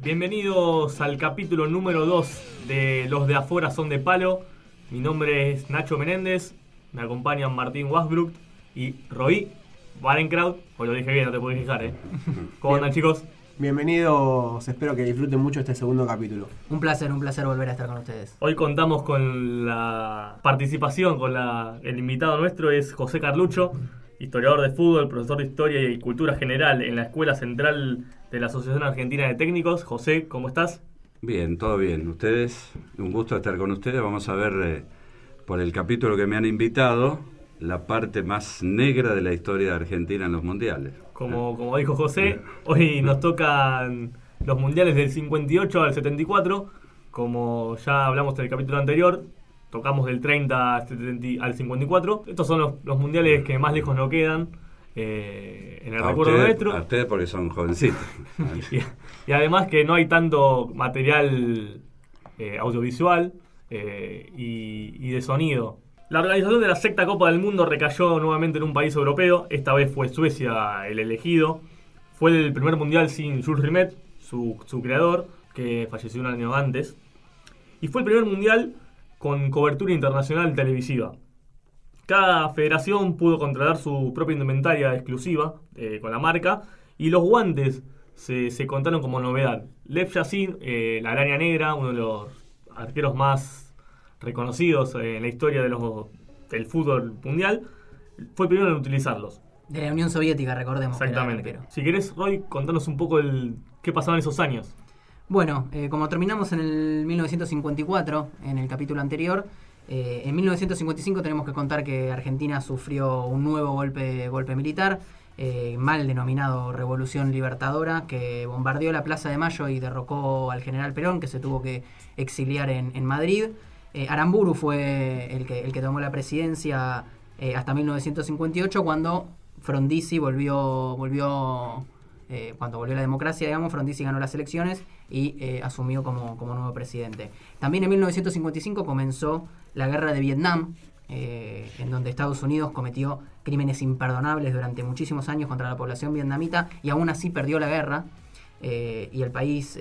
Bienvenidos al capítulo número 2 de Los de Afuera son de Palo. Mi nombre es Nacho Menéndez, me acompañan Martín Wasbrook y Roy Barenkraut. Hoy lo dije bien, no te podés fijar, ¿Cómo andan, chicos? Bienvenidos, espero que disfruten mucho este segundo capítulo. Un placer volver a estar con ustedes. Hoy contamos con la participación, el invitado nuestro es José Carlucho, historiador de fútbol, profesor de Historia y Cultura General en la Escuela Central de la Asociación Argentina de Técnicos. José, ¿cómo estás? Bien, todo bien. Ustedes, un gusto estar con ustedes. Vamos a ver por el capítulo que me han invitado la parte más negra de la historia de Argentina en los mundiales. Como dijo José, hoy nos tocan los mundiales del 58 al 74. Como ya hablamos en el capítulo anterior, tocamos del 30 al 54. Estos son los mundiales que más lejos no quedan en el recuerdo nuestro. A ustedes porque son jovencitos. y además que no hay tanto material audiovisual y de sonido. La organización de la sexta Copa del Mundo recayó nuevamente en un país europeo. Esta vez fue Suecia el elegido. Fue el primer mundial sin Jules Rimet, su creador, que falleció un año antes. Y fue el primer mundial con cobertura internacional televisiva. Cada federación pudo contratar su propia indumentaria exclusiva con la marca. Y los guantes se contaron como novedad. Lev Yashin, la araña negra, uno de los arqueros más reconocidos en la historia del fútbol mundial, fue el primero en utilizarlos. De la Unión Soviética, recordemos. Exactamente. Si querés, Roy, contanos un poco qué pasaba en esos años. Bueno, como terminamos en el 1954, en el capítulo anterior, en 1955 tenemos que contar que Argentina sufrió un nuevo golpe militar, mal denominado Revolución Libertadora, que bombardeó la Plaza de Mayo y derrocó al general Perón, que se tuvo que exiliar en Madrid. Aramburu fue el que tomó la presidencia hasta 1958, cuando Frondizi cuando volvió la democracia, digamos, Frondizi ganó las elecciones y asumió como nuevo presidente. También en 1955 comenzó la guerra de Vietnam, en donde Estados Unidos cometió crímenes imperdonables durante muchísimos años contra la población vietnamita y aún así perdió la guerra, y el país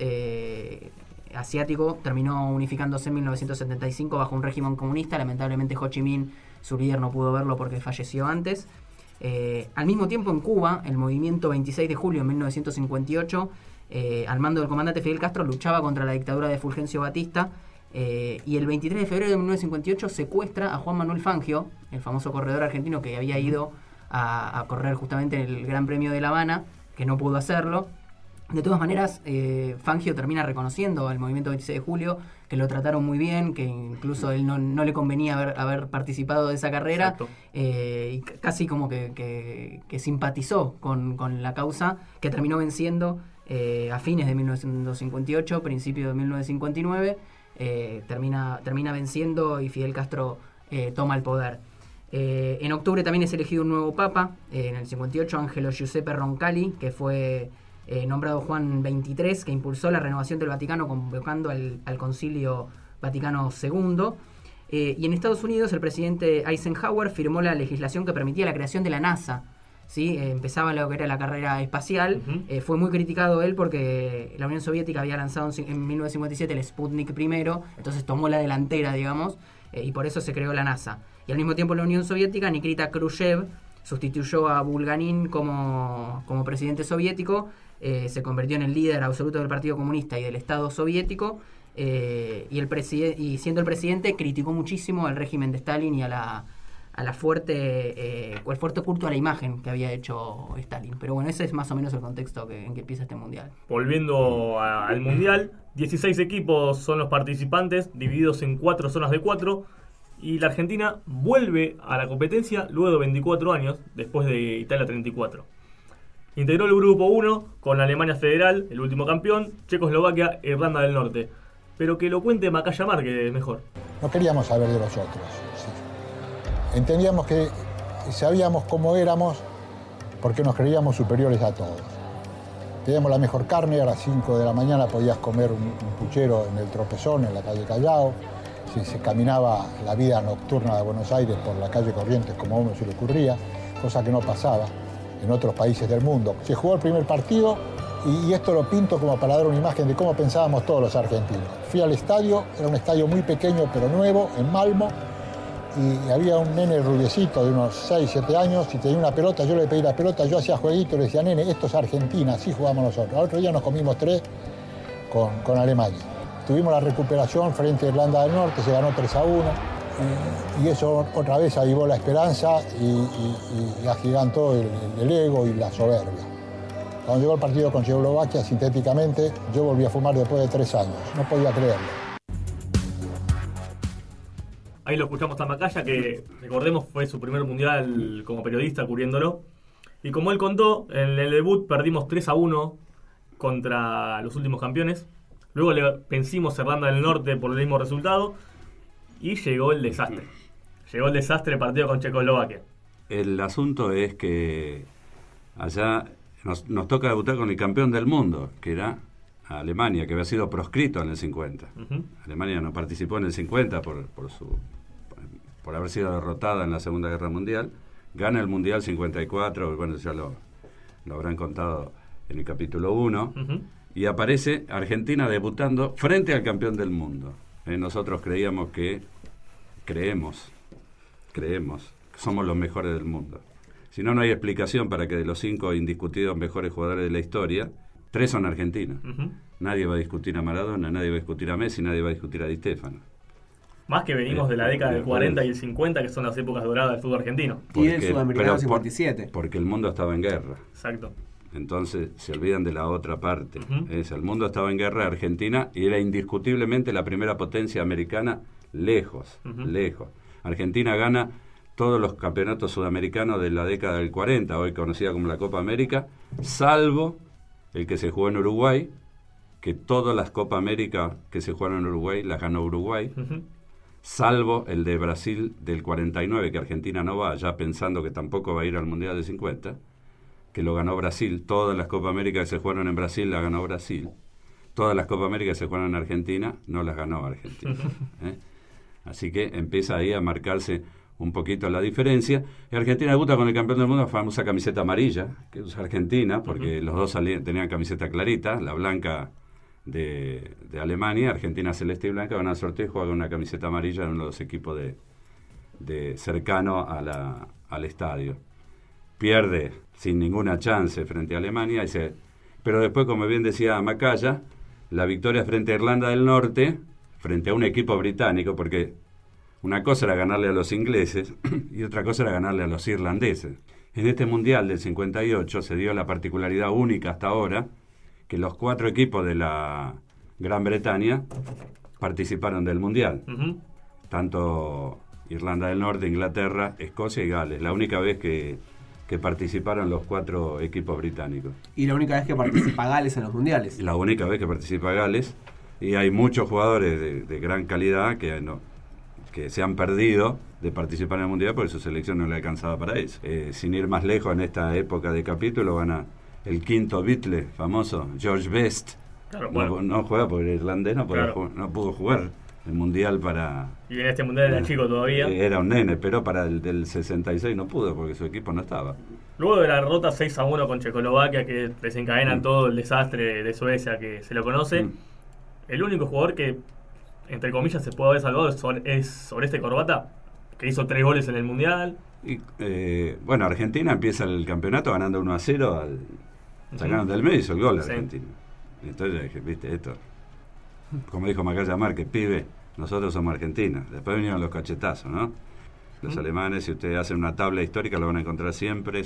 asiático terminó unificándose en 1975 bajo un régimen comunista. Lamentablemente Ho Chi Minh, su líder, no pudo verlo porque falleció antes. Al mismo tiempo, en Cuba, el movimiento 26 de julio de 1958, al mando del comandante Fidel Castro, luchaba contra la dictadura de Fulgencio Batista, y el 23 de febrero de 1958 secuestra a Juan Manuel Fangio, el famoso corredor argentino que había ido a correr justamente el Gran Premio de La Habana, que no pudo hacerlo. De todas maneras, Fangio termina reconociendo al movimiento 26 de julio, que lo trataron muy bien, que incluso él no le convenía haber participado de esa carrera, y casi como que simpatizó con la causa, que terminó venciendo a fines de 1958, principio de 1959, termina venciendo y Fidel Castro toma el poder. En octubre también es elegido un nuevo papa, en el 58, Angelo Giuseppe Roncalli, que fue nombrado Juan XXIII, que impulsó la renovación del Vaticano convocando al Concilio Vaticano II. Y en Estados Unidos el presidente Eisenhower firmó la legislación que permitía la creación de la NASA, ¿sí? Empezaba lo que era la carrera espacial. Fue muy criticado él porque la Unión Soviética había lanzado en 1957 el Sputnik primero, entonces tomó la delantera, digamos, y por eso se creó la NASA. Y al mismo tiempo la Unión Soviética, Nikita Khrushchev sustituyó a Bulganin como presidente soviético. Se convirtió en el líder absoluto del Partido Comunista y del Estado soviético, y siendo el presidente criticó muchísimo al régimen de Stalin y el fuerte culto a la imagen que había hecho Stalin. Pero bueno, ese es más o menos el contexto en que empieza este mundial. Volviendo al mundial, 16 equipos son los participantes, divididos en 4 zonas de 4, y la Argentina vuelve a la competencia luego de 24 años, después de Italia 34. Integró el grupo 1 con Alemania Federal, el último campeón, Checoslovaquia e Irlanda del Norte. Pero que lo cuente Macaya Márquez mejor. No queríamos saber de los otros. Sí. Entendíamos que sabíamos cómo éramos porque nos creíamos superiores a todos. Teníamos la mejor carne, a las 5 de la mañana podías comer un puchero en el Tropezón, en la calle Callao. Si se caminaba la vida nocturna de Buenos Aires por la calle Corrientes como a uno se le ocurría, cosa que no pasaba en otros países del mundo. Se jugó el primer partido y esto lo pinto como para dar una imagen de cómo pensábamos todos los argentinos. Fui al estadio, era un estadio muy pequeño pero nuevo, en Malmo, y había un nene rubiecito de unos 6, 7 años, y tenía una pelota, yo le pedí la pelota, yo hacía jueguito y le decía, nene, esto es Argentina, así jugamos nosotros. Al otro día nos comimos 3 con Alemania. Tuvimos la recuperación frente a Irlanda del Norte, se ganó 3-1, y eso otra vez avivó la esperanza y agigantó el ego y la soberbia. Cuando llegó el partido con Checoslovaquia, sintéticamente, yo volví a fumar después de 3 años, no podía creerlo. Ahí lo escuchamos a Macaya, que recordemos fue su primer mundial como periodista cubriéndolo. Y como él contó, en el debut perdimos 3-1 contra los últimos campeones. Luego le vencimos a Irlanda del Norte por el mismo resultado. Y llegó el desastre. Llegó el desastre del partido con Checoslovaquia. El asunto es que allá nos toca debutar con el campeón del mundo, que era Alemania, que había sido proscrito en el 50. Alemania no participó en el 50 por haber sido derrotada en la Segunda Guerra Mundial. Gana el Mundial 54, bueno, ya lo habrán contado en el capítulo 1. Y aparece Argentina debutando frente al campeón del mundo. Nosotros creemos que somos los mejores del mundo. Si no, no hay explicación para que de los 5 indiscutidos mejores jugadores de la historia, 3 son argentinos. Nadie va a discutir a Maradona, nadie va a discutir a Messi, nadie va a discutir a Di Stéfano. Más que venimos de la década del 40 y el 50, que son las épocas doradas del fútbol argentino. Y del sudamericano 57. Porque el mundo estaba en guerra. Exacto. Entonces se olvidan de la otra parte. El mundo estaba en guerra, Argentina, y era indiscutiblemente la primera potencia americana lejos. Argentina gana todos los campeonatos sudamericanos de la década del 40, hoy conocida como la Copa América, salvo el que se jugó en Uruguay, que todas las Copa América que se jugaron en Uruguay las ganó Uruguay, salvo el de Brasil del 49, que Argentina no va, ya pensando que tampoco va a ir al Mundial del 50, que lo ganó Brasil. Todas las Copa América que se jugaron en Brasil las ganó Brasil. Todas las Copa América que se jugaron en Argentina no las ganó Argentina. Así que empieza ahí a marcarse un poquito la diferencia. Y Argentina debuta con el campeón del mundo, la famosa camiseta amarilla, que usa Argentina, porque los dos tenían camiseta clarita, la blanca de Alemania, Argentina celeste y blanca, van al sorteo y juegan con una camiseta amarilla en uno de los equipos de cercano al estadio. Pierde sin ninguna chance frente a Alemania, pero después, como bien decía Macaya, la victoria frente a Irlanda del Norte, frente a un equipo británico, porque una cosa era ganarle a los ingleses y otra cosa era ganarle a los irlandeses. En este Mundial del 58 se dio la particularidad única hasta ahora que los 4 equipos de la Gran Bretaña participaron del Mundial. Tanto Irlanda del Norte, Inglaterra, Escocia y Gales. La única vez que participaron los 4 equipos británicos. Y la única vez que participa Gales en los mundiales. La única vez que participa Gales. Y hay muchos jugadores de gran calidad que se han perdido de participar en el Mundial porque su selección no le alcanzaba para eso. Sin ir más lejos, en esta época de capítulo van a el quinto Beatle famoso, George Best. Claro, bueno. No juega porque el irlandés no pudo jugar el Mundial para... Y en este Mundial era chico todavía. Era un nene, pero para el del 66 no pudo porque su equipo no estaba. Luego de la derrota 6-1 con Checoslovaquia, que desencadena todo el desastre de Suecia que se lo conoce, el único jugador que, entre comillas, se puede haber salvado es Oreste Corbata, que hizo 3 goles en el Mundial. Y, bueno, Argentina empieza el campeonato ganando 1-0, sacaron del medio, hizo el gol Argentina. Entonces dije, viste, esto, como dijo Macaya Márquez, pibe, nosotros somos argentinos. Después vinieron los cachetazos, ¿no? Los alemanes, si ustedes hacen una tabla histórica, lo van a encontrar siempre.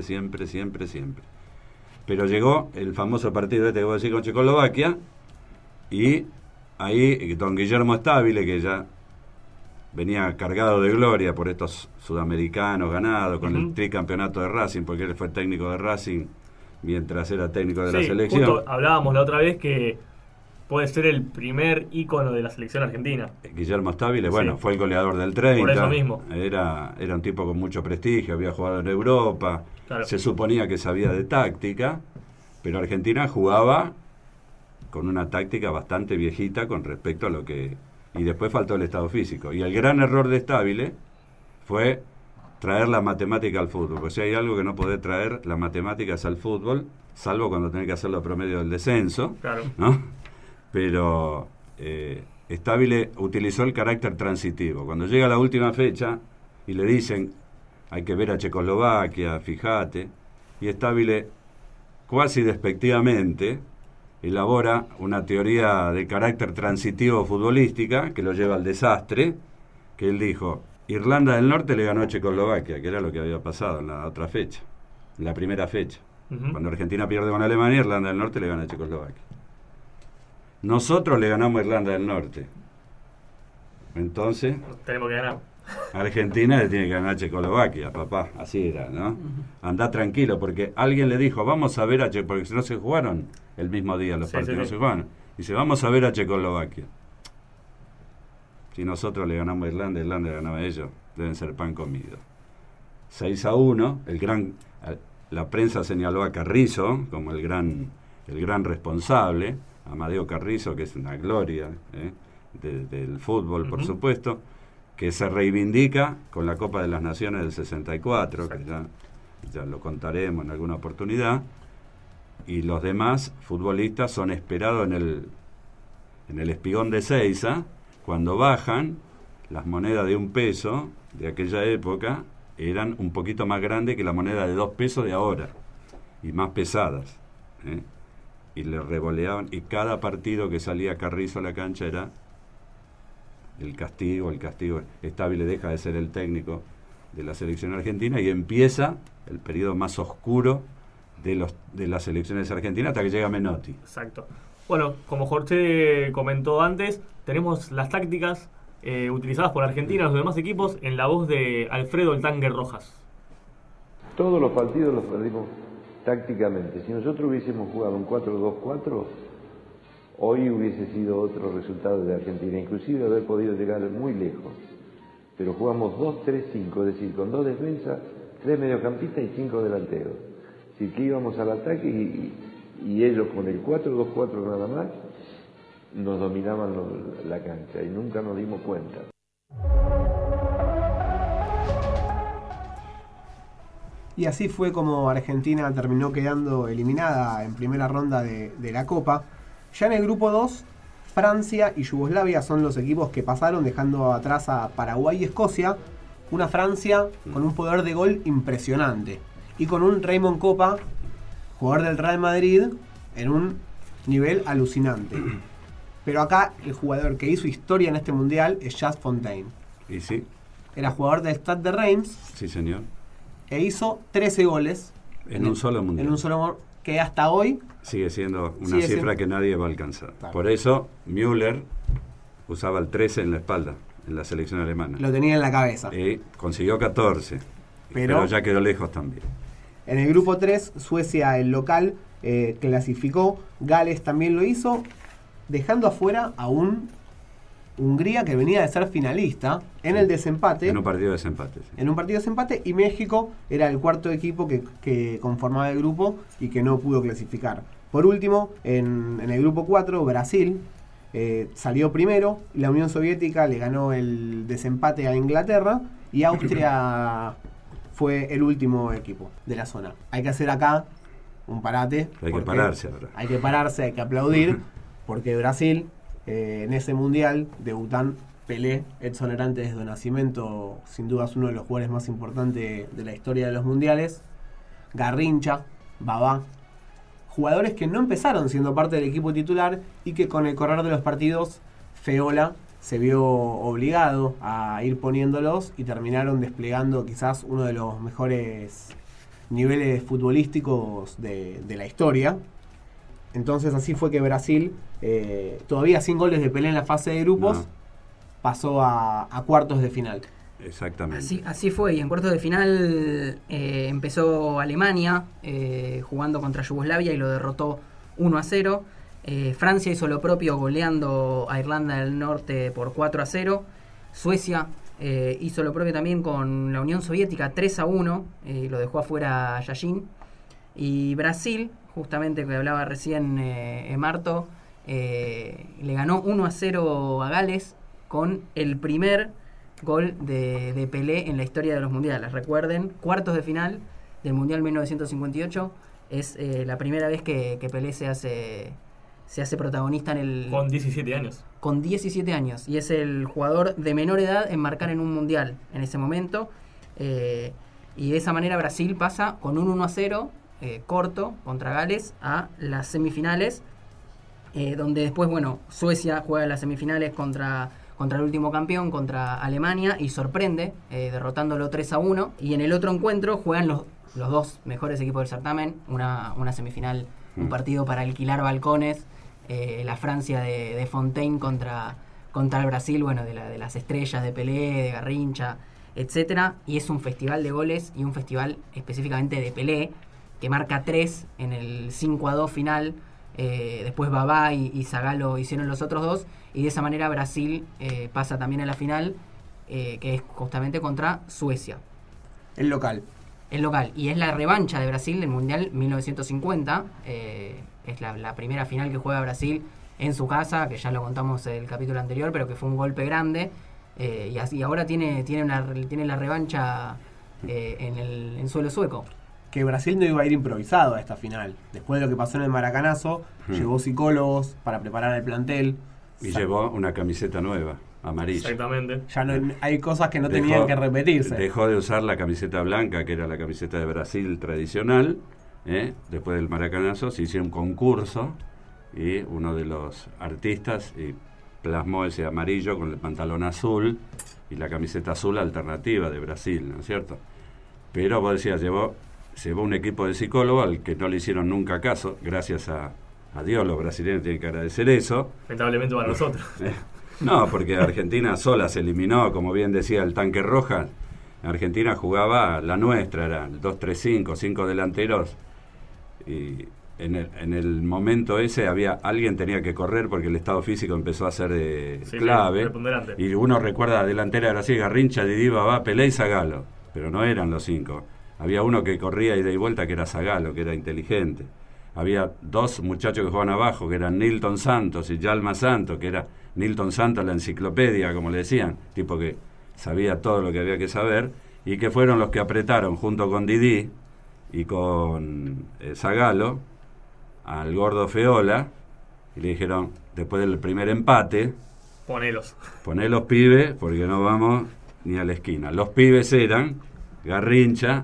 Pero llegó el famoso partido que voy a decir con Checoslovaquia, y ahí don Guillermo Stabile, que ya venía cargado de gloria por estos sudamericanos ganados, con el tricampeonato de Racing, porque él fue técnico de Racing mientras era técnico de la selección. Justo hablábamos la otra vez que puede ser el primer ícono de la selección argentina. Guillermo Stabile, bueno, fue el goleador del 30. Por eso mismo. Era un tipo con mucho prestigio, había jugado en Europa, se suponía que sabía de táctica, pero Argentina jugaba con una táctica bastante viejita con respecto a lo que... Y después faltó el estado físico. Y el gran error de Stabile fue traer la matemática al fútbol. Porque si hay algo que no podés traer, las matemáticas al fútbol, salvo cuando tenés que hacerlo a promedio del descenso, Claro. ¿no? Pero Stabile utilizó el carácter transitivo. Cuando llega la última fecha y le dicen, hay que ver a Checoslovaquia, fíjate, y Stabile, cuasi despectivamente, elabora una teoría de carácter transitivo futbolística que lo lleva al desastre, que él dijo, Irlanda del Norte le ganó a Checoslovaquia, que era lo que había pasado en la otra fecha, en la primera fecha. Cuando Argentina pierde con Alemania, Irlanda del Norte le gana a Checoslovaquia. Nosotros le ganamos a Irlanda del Norte. Entonces, Tenemos que ganar. Argentina le tiene que ganar a Checoslovaquia, papá. Así era, ¿no? Andá tranquilo, porque alguien le dijo, vamos a ver a Checoslovaquia, porque si no se jugaron el mismo día los partidos, no se jugaron. Dice, vamos a ver a Checoslovaquia. Si nosotros le ganamos a Irlanda, Irlanda le ganaba a ellos, deben ser pan comido. 6-1, la prensa señaló a Carrizo como el gran responsable, Amadeo Carrizo, que es una gloria del fútbol, por supuesto, que se reivindica con la Copa de las Naciones del 64, que ya lo contaremos en alguna oportunidad, y los demás futbolistas son esperados en el Espigón de Seiza. Cuando bajan, las monedas de $1 de aquella época eran un poquito más grandes que la moneda de $2 de ahora, y más pesadas, y le revoleaban, y cada partido que salía Carrizo a la cancha era el castigo. Stabile deja de ser el técnico de la selección argentina y empieza el periodo más oscuro de las selecciones argentinas hasta que llega Menotti. Exacto. Bueno, como Jorge comentó antes, tenemos las tácticas utilizadas por Argentina y los demás equipos en la voz de Alfredo el Tanque Rojas. Todos los partidos los perdimos tácticamente. Si nosotros hubiésemos jugado un 4-2-4, hoy hubiese sido otro resultado de Argentina, inclusive haber podido llegar muy lejos. Pero jugamos 2-3-5, es decir, con 2 defensas, 3 mediocampistas y 5 delanteros. Es decir, que íbamos al ataque y ellos con el 4-2-4 nada más nos dominaban la cancha y nunca nos dimos cuenta. Y así fue como Argentina terminó quedando eliminada en primera ronda de la Copa. Ya en el grupo 2, Francia y Yugoslavia son los equipos que pasaron, dejando atrás a Paraguay y Escocia. Una Francia con un poder de gol impresionante y con un Raymond Kopa, jugador del Real Madrid, en un nivel alucinante. Pero acá el jugador que hizo historia en este mundial es Just Fontaine. ¿Y sí? Era jugador del Stade de Reims. Sí, señor. E hizo 13 goles. En un solo mundial. En un solo, que hasta hoy sigue siendo una cifra que nadie va a alcanzar. Claro. Por eso Müller usaba el 13 en la espalda, en la selección alemana. Lo tenía en la cabeza. Consiguió 14, pero ya quedó lejos también. En el grupo 3, Suecia, el local, clasificó. Gales también lo hizo, dejando afuera a un Hungría que venía de ser finalista en el desempate. En un partido de desempate. Sí. En un partido de desempate, y México era el cuarto equipo que conformaba el grupo y que no pudo clasificar. Por último, en el grupo 4, Brasil salió primero, la Unión Soviética le ganó el desempate a Inglaterra y Austria fue el último equipo de la zona. Hay que hacer acá un parate. Hay que pararse ahora. Hay que pararse, hay que aplaudir, porque Brasil, en ese mundial, debutan Pelé, Edson Arantes desde nacimiento, sin duda es uno de los jugadores más importantes de la historia de los mundiales. Garrincha, Babá, jugadores que no empezaron siendo parte del equipo titular y que con el correr de los partidos Feola se vio obligado a ir poniéndolos y terminaron desplegando quizás uno de los mejores niveles futbolísticos de la historia. Entonces así fue que Brasil, todavía sin goles de Pelé en la fase de grupos, pasó a cuartos de final. Exactamente. Así fue, y en cuartos de final empezó Alemania jugando contra Yugoslavia y lo derrotó 1-0. Francia hizo lo propio goleando a Irlanda del Norte por 4-0. Suecia hizo lo propio también con la Unión Soviética 3-1, lo dejó afuera a Yashin. Y Brasil, justamente que hablaba recién Marto, le ganó 1-0 a Gales con el primer gol de Pelé en la historia de los mundiales. Recuerden, cuartos de final del Mundial 1958. Es la primera vez que Pelé se hace protagonista en el... Con 17 años. Con 17 años. Y es el jugador de menor edad en marcar en un mundial en ese momento. Y de esa manera Brasil pasa con un 1-0 corto contra Gales a las semifinales. Donde después, Suecia juega las semifinales contra el último campeón, contra Alemania, y sorprende, derrotándolo 3-1. Y en el otro encuentro juegan los dos mejores equipos del certamen, una semifinal, un partido para alquilar balcones, la Francia de Fontaine contra el Brasil, de las estrellas de Pelé, de Garrincha, etcétera. Y es un festival de goles y un festival específicamente de Pelé, que marca 3 en el 5-2 final. Después Babá y Zagallo hicieron los otros 2, y de esa manera Brasil pasa también a la final, que es justamente contra Suecia. El local. Y es la revancha de Brasil del Mundial 1950. Es la primera final que juega Brasil en su casa, que ya lo contamos en el capítulo anterior, pero que fue un golpe grande. Y así ahora tiene la revancha en suelo sueco. Que Brasil no iba a ir improvisado a esta final. Después de lo que pasó en el Maracanazo, llevó psicólogos para preparar el plantel. Y llevó una camiseta nueva, amarilla. Exactamente. Ya hay cosas que no tenían que repetirse. Dejó de usar la camiseta blanca, que era la camiseta de Brasil tradicional. Después del Maracanazo se hizo un concurso y uno de los artistas plasmó ese amarillo con el pantalón azul y la camiseta azul alternativa de Brasil, ¿no es cierto? Pero vos decías, llevó un equipo de psicólogos al que no le hicieron nunca caso. Gracias a Dios, los brasileños tienen que agradecer eso. Lamentablemente para nosotros. No, porque Argentina sola se eliminó, como bien decía el Tanque Rojas. Argentina jugaba la nuestra, era el 2-3-5, 5 delanteros. Y en el momento ese alguien tenía que correr porque el estado físico empezó a ser clave. Y uno recuerda delantera de Brasil, Garrincha, Didi, Babá, Pelé y Zagallo. Pero no eran los 5. Había uno que corría ida y vuelta, que era Zagallo, que era inteligente. Había 2 muchachos que jugaban abajo, que eran Nilton Santos y Yalma Santos, que era Nilton Santos la enciclopedia, como le decían, tipo que sabía todo lo que había que saber, y que fueron los que apretaron junto con Didi y con Zagallo al gordo Feola, y le dijeron, después del primer empate, poné los pibes, porque no vamos ni a la esquina. Los pibes eran Garrincha,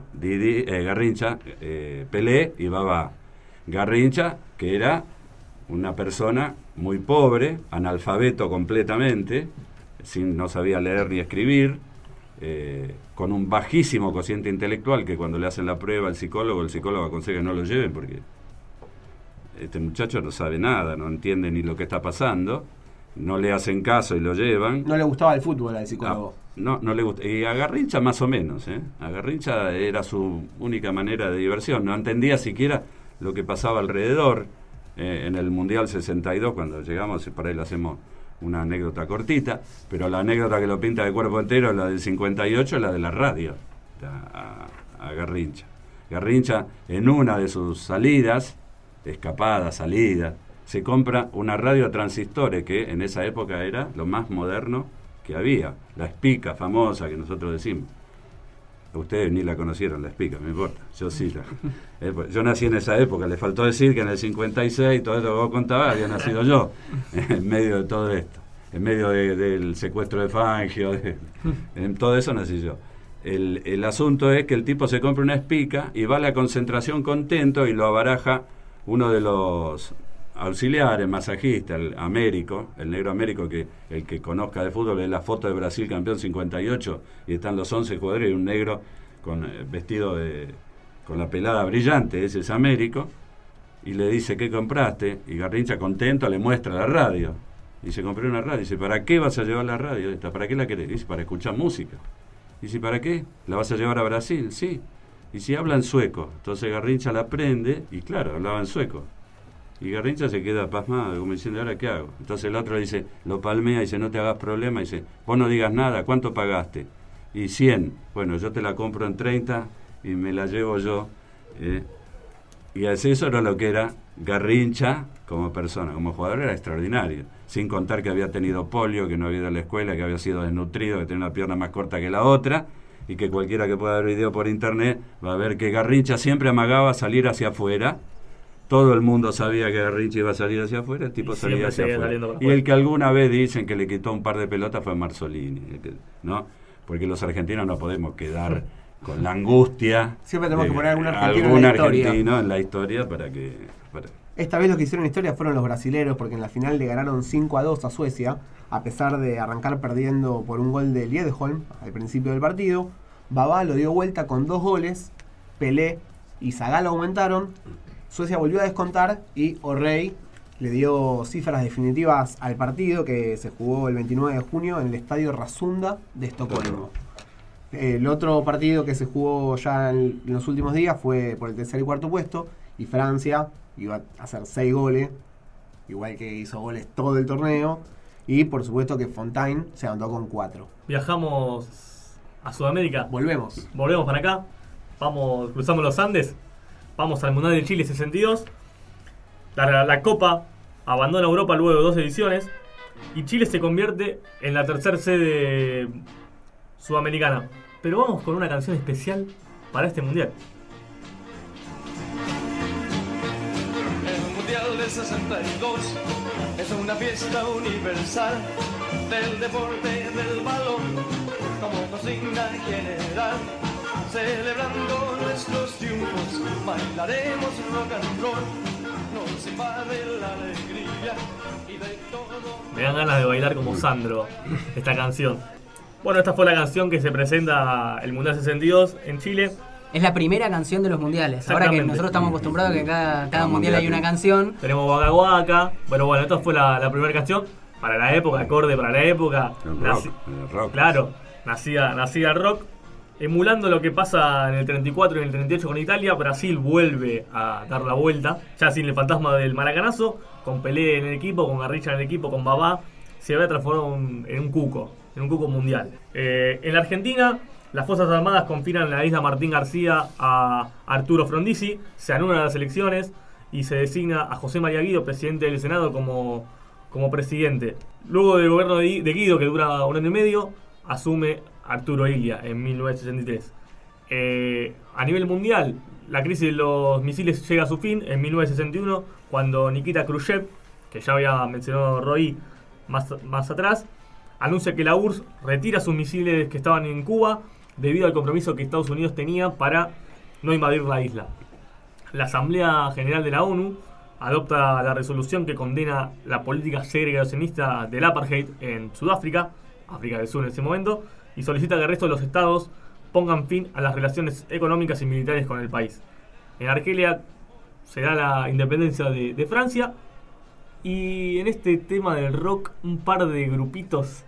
Pelé y Babá. Garrincha, que era una persona muy pobre, analfabeto completamente, no sabía leer ni escribir, con un bajísimo cociente intelectual, que cuando le hacen la prueba al psicólogo, el psicólogo aconseja que no lo lleven porque este muchacho no sabe nada, no entiende ni lo que está pasando, no le hacen caso y lo llevan. No le gustaba el fútbol al psicólogo. No le gusta. Y a Garrincha más o menos, A Garrincha era su única manera de diversión, no entendía siquiera lo que pasaba alrededor. En el Mundial 62, cuando llegamos, por ahí le hacemos una anécdota cortita, pero la anécdota que lo pinta de cuerpo entero es la del 58, es la de la radio, a Garrincha. Garrincha, en una de sus salidas, salidas, se compra una radio a transistores, que en esa época era lo más moderno que había, la Espica famosa que nosotros decimos. Ustedes ni la conocieron, la Espica, me importa, yo sí. Yo nací en esa época, le faltó decir que en el 56, todo esto que vos contabas, había nacido yo, en medio de todo esto, en medio del secuestro de Fangio, en todo eso nací yo. El asunto es que el tipo se compra una Espica y va a la concentración contento y lo abaraja uno de los auxiliares, masajistas, el negro Américo, que el que conozca de fútbol, es la foto de Brasil campeón 58 y están los 11 jugadores y un negro vestido con la pelada brillante, ese es Américo, y le dice, ¿qué compraste? Y Garrincha, contento, le muestra la radio. Y se compró una radio. Y dice, ¿para qué vas a llevar la radio esta? ¿Para qué la querés? Dice, para escuchar música. Y dice, ¿para qué? ¿La vas a llevar a Brasil? Sí. Y si habla en sueco. Entonces Garrincha la prende y claro, hablaba en sueco. Y Garrincha se queda pasmado, como diciendo, ¿ahora qué hago? Entonces el otro dice, lo palmea y dice, no te hagas problema. Y dice, vos no digas nada, ¿cuánto pagaste? Y 100. Bueno, yo te la compro en 30 y me la llevo yo. Y eso era lo que era Garrincha como persona, como jugador era extraordinario. Sin contar que había tenido polio, que no había ido a la escuela, que había sido desnutrido, que tenía una pierna más corta que la otra, y que cualquiera que pueda ver video por internet va a ver que Garrincha siempre amagaba salir hacia afuera. Todo el mundo sabía que Garrincha iba a salir hacia afuera, el tipo salía hacia afuera. Y el que alguna vez dicen que le quitó un par de pelotas fue Marzolini, ¿no? Porque los argentinos no podemos quedar con la angustia. Siempre tenemos que poner algún argentino en la historia para que... Esta vez lo que hicieron historia fueron los brasileros, porque en la final le ganaron 5-2 a Suecia, a pesar de arrancar perdiendo por un gol de Liedholm al principio del partido. Babá lo dio vuelta con 2 goles, Pelé y Zagallo aumentaron, Suecia volvió a descontar y O'Reilly le dio cifras definitivas al partido, que se jugó el 29 de junio en el estadio Rasunda de Estocolmo. El otro partido que se jugó ya en los últimos días fue por el tercer y cuarto puesto, y Francia iba a hacer 6 goles, igual que hizo goles todo el torneo, y por supuesto que Fontaine se levantó con 4. Viajamos a Sudamérica. Volvemos para acá. Cruzamos los Andes. Vamos al Mundial de Chile 62. La Copa abandona Europa luego de 2 ediciones. Y Chile se convierte en la tercera sede sudamericana. Pero vamos con una canción especial para este Mundial. El Mundial del 62 es una fiesta universal del deporte del balón, como consigna general. Celebrando nuestros triunfos, bailaremos rock and roll, nos invade la alegría y de todo. Me dan ganas de bailar como Sandro esta canción. Bueno, esta fue la canción que se presenta el Mundial 62 en Chile. Es la primera canción de los mundiales. Ahora que nosotros estamos acostumbrados a que cada mundial hay una canción. Tenemos Waka Waka. Pero bueno, esta fue la primera canción para la época, acorde para la época. El rock. Claro, nacida el rock. Emulando lo que pasa en el 34 y en el 38 con Italia, Brasil vuelve a dar la vuelta, ya sin el fantasma del maracanazo, con Pelé en el equipo, con Garrincha en el equipo, con Babá, se va a transformar en un cuco mundial. En la Argentina, las Fuerzas Armadas confinan en la isla Martín García a Arturo Frondizi, se anulan las elecciones y se designa a José María Guido, presidente del Senado, como presidente. Luego del gobierno de Guido, que dura 1 año y medio, asume Arturo Illia en 1963. A nivel mundial, la crisis de los misiles llega a su fin en 1961, cuando Nikita Khrushchev, que ya había mencionado Roy más atrás, anuncia que la URSS retira sus misiles que estaban en Cuba debido al compromiso que Estados Unidos tenía para no invadir la isla. La Asamblea General de la ONU adopta la resolución que condena la política segregacionista del apartheid en Sudáfrica, África del Sur en ese momento, y solicita que el resto de los estados pongan fin a las relaciones económicas y militares con el país. En Argelia se da la independencia de Francia, y en este tema del rock un par de grupos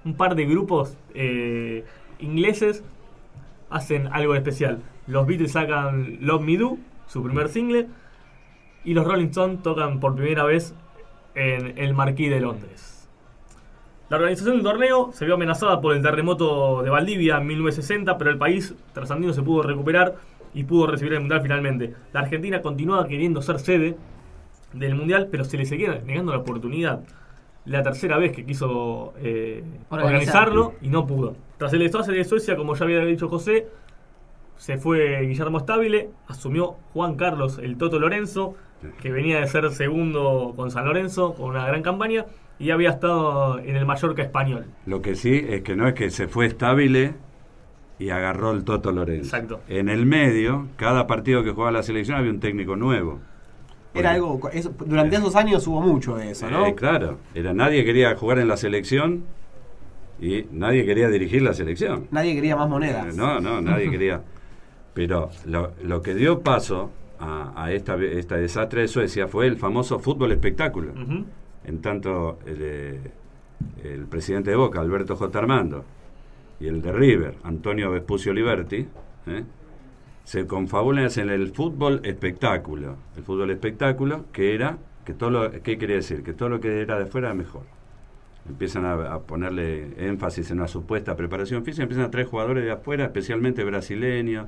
ingleses hacen algo especial. Los Beatles sacan Love Me Do, su primer single, y los Rolling Stones tocan por primera vez en el Marquis de Londres. La organización del torneo se vio amenazada por el terremoto de Valdivia en 1960, pero el país trasandino se pudo recuperar y pudo recibir el Mundial finalmente. La Argentina continuaba queriendo ser sede del Mundial, pero se le seguía negando la oportunidad. La tercera vez que quiso organizarlo y no pudo. Tras el desastre de Suecia, como ya había dicho José, se fue Guillermo Stabile, asumió Juan Carlos el Toto Lorenzo, que venía de ser segundo con San Lorenzo, con una gran campaña, y había estado en el Mallorca español. Lo que sí es que no es que se fue Stabile y agarró el Toto Lorenzo. Exacto. En el medio, cada partido que jugaba la selección había un técnico nuevo. Era durante esos años hubo mucho de eso, ¿no? Claro, nadie quería jugar en la selección y nadie quería dirigir la selección. Nadie quería más monedas. No, nadie quería. Pero lo que dio paso a esta desastre de Suecia fue el famoso fútbol espectáculo. Uh-huh. En tanto el presidente de Boca, Alberto J. Armando, y el de River, Antonio Vespucio Liberti, se confabulan en el fútbol espectáculo. El fútbol espectáculo, ¿qué quería decir? Que todo lo que era de fuera era mejor. Empiezan a ponerle énfasis en una supuesta preparación física, empiezan a traer jugadores de afuera, especialmente brasileños,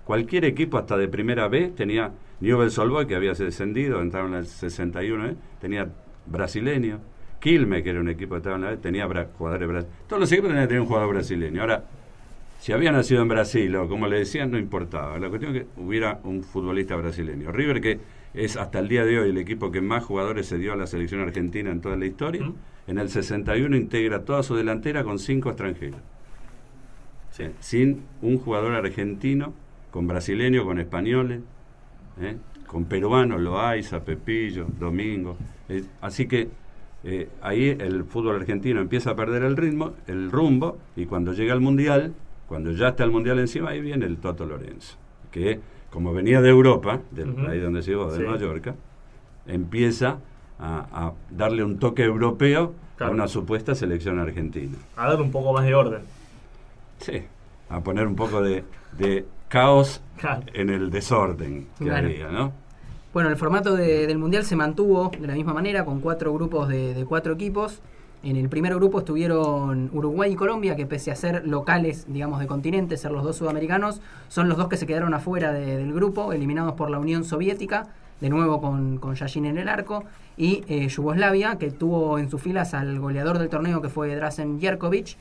cualquier equipo hasta de primera B tenía Newell's Old Boys, que había descendido, entraron en el 61, tenía brasileño. Quilmes, que era un equipo que estaba en la B, tenía jugadores brasileños. Todos los equipos tenían un jugador brasileño. Ahora, si había nacido en Brasil o como le decían, no importaba. La cuestión es que hubiera un futbolista brasileño. River, que es hasta el día de hoy el equipo que más jugadores se dio a la selección argentina en toda la historia, en el 61 integra toda su delantera con 5 extranjeros. Sí. Sin un jugador argentino, con brasileños, con españoles, con peruanos, Loaiza, Pepillo, Domingo. Así que ahí el fútbol argentino empieza a perder el rumbo, y cuando llega al Mundial, cuando ya está el Mundial encima, ahí viene el Toto Lorenzo, que como venía de Europa, del país donde se llegó, de Mallorca, empieza a darle un toque europeo a una supuesta selección argentina. A dar un poco más de orden. Sí, a poner un poco de caos en el desorden que había, ¿no? Bueno, el formato del Mundial se mantuvo de la misma manera, con 4 grupos de 4 equipos. En el primer grupo estuvieron Uruguay y Colombia, que pese a ser locales, digamos, de continente, ser los 2 sudamericanos, son los 2 que se quedaron afuera del grupo, eliminados por la Unión Soviética, de nuevo con Yashin en el arco, y Yugoslavia, que tuvo en sus filas al goleador del torneo, que fue Drazen Jerkovic.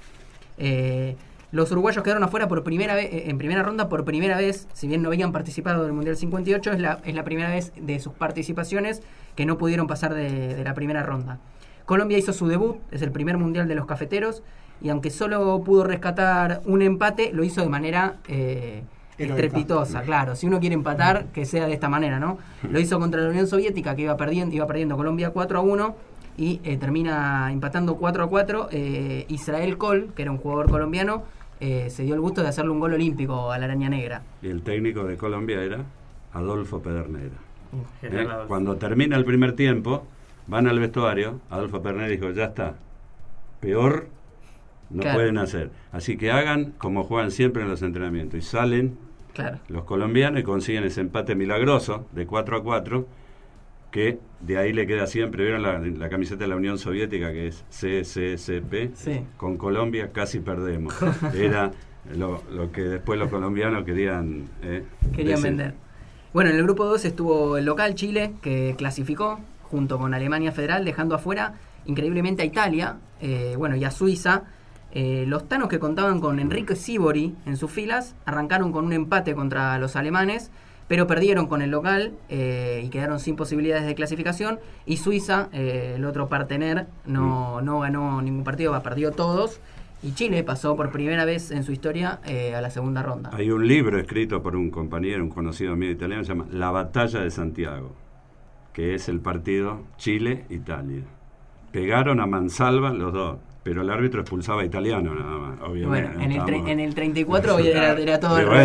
Los uruguayos quedaron afuera por primera vez, en primera ronda por primera vez, si bien no habían participado del Mundial 58, es la primera vez de sus participaciones que no pudieron pasar de la primera ronda. Colombia hizo su debut, es el primer Mundial de los cafeteros, y aunque solo pudo rescatar un empate, lo hizo de manera estrepitosa, claro. Si uno quiere empatar, que sea de esta manera, ¿no? Lo hizo contra la Unión Soviética, que iba perdiendo Colombia 4-1, y termina empatando 4-4. Israel Col, que era un jugador colombiano, se dio el gusto de hacerle un gol olímpico a la Araña Negra. Y el técnico de Colombia era Adolfo Pedernera. Cuando termina el primer tiempo, van al vestuario, Adolfo Pedernera dijo, ya está, peor no pueden hacer. Así que hagan como juegan siempre en los entrenamientos. Y salen los colombianos y consiguen ese empate milagroso de 4-4, que de ahí le queda siempre, ¿vieron la camiseta de la Unión Soviética, que es CCCP? Sí. Con Colombia casi perdemos. Era lo que después los colombianos querían vender. Bueno, en el grupo 2 estuvo el local Chile, que clasificó junto con Alemania Federal, dejando afuera increíblemente a Italia, y a Suiza. Los tanos, que contaban con Enrique Sivori en sus filas, arrancaron con un empate contra los alemanes, pero perdieron con el local y quedaron sin posibilidades de clasificación. Y Suiza, el otro partener, no ganó ningún partido, perdió todos. Y Chile pasó por primera vez en su historia a la segunda ronda. Hay un libro escrito por un compañero, un conocido mío italiano, se llama La Batalla de Santiago, que es el partido Chile-Italia. Pegaron a mansalva los dos, pero el árbitro expulsaba a italiano nada más, obviamente. Bueno, en el 34 era todo el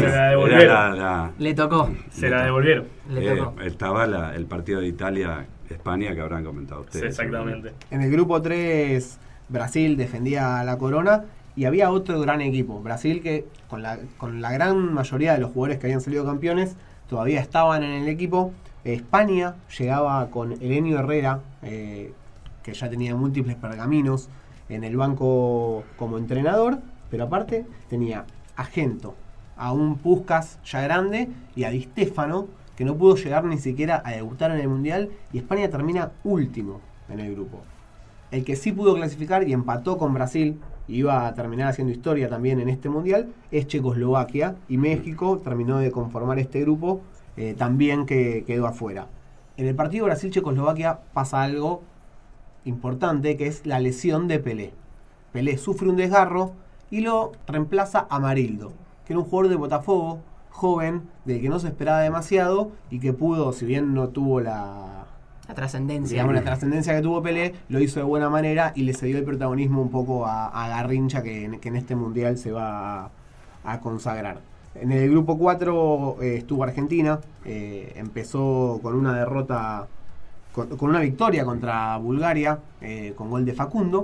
le tocó. Se la devolvieron. Le tocó. Estaba el partido de Italia-España, que habrán comentado ustedes. Sí, exactamente. En el grupo 3, Brasil defendía la corona, y había otro gran equipo. Brasil, que con la gran mayoría de los jugadores que habían salido campeones, todavía estaban en el equipo. España llegaba con Elenio Herrera, que ya tenía múltiples pergaminos en el banco como entrenador, pero aparte tenía a Gento, a un Puskás ya grande, y a Di Stéfano, que no pudo llegar ni siquiera a debutar en el Mundial, y España termina último en el grupo. El que sí pudo clasificar y empató con Brasil, y iba a terminar haciendo historia también en este Mundial, es Checoslovaquia, y México terminó de conformar este grupo, también que quedó afuera. En el partido Brasil-Checoslovaquia pasa algo importante, que es la lesión de Pelé. Pelé sufre un desgarro y lo reemplaza Amarildo, que era un jugador de Botafogo, joven, del que no se esperaba demasiado, y que pudo, si bien no tuvo la trascendencia, la trascendencia que tuvo Pelé, lo hizo de buena manera y le cedió el protagonismo un poco a Garrincha, que en este Mundial se va a consagrar. En el grupo 4 estuvo Argentina, empezó con una derrota, con una victoria contra Bulgaria, con gol de Facundo.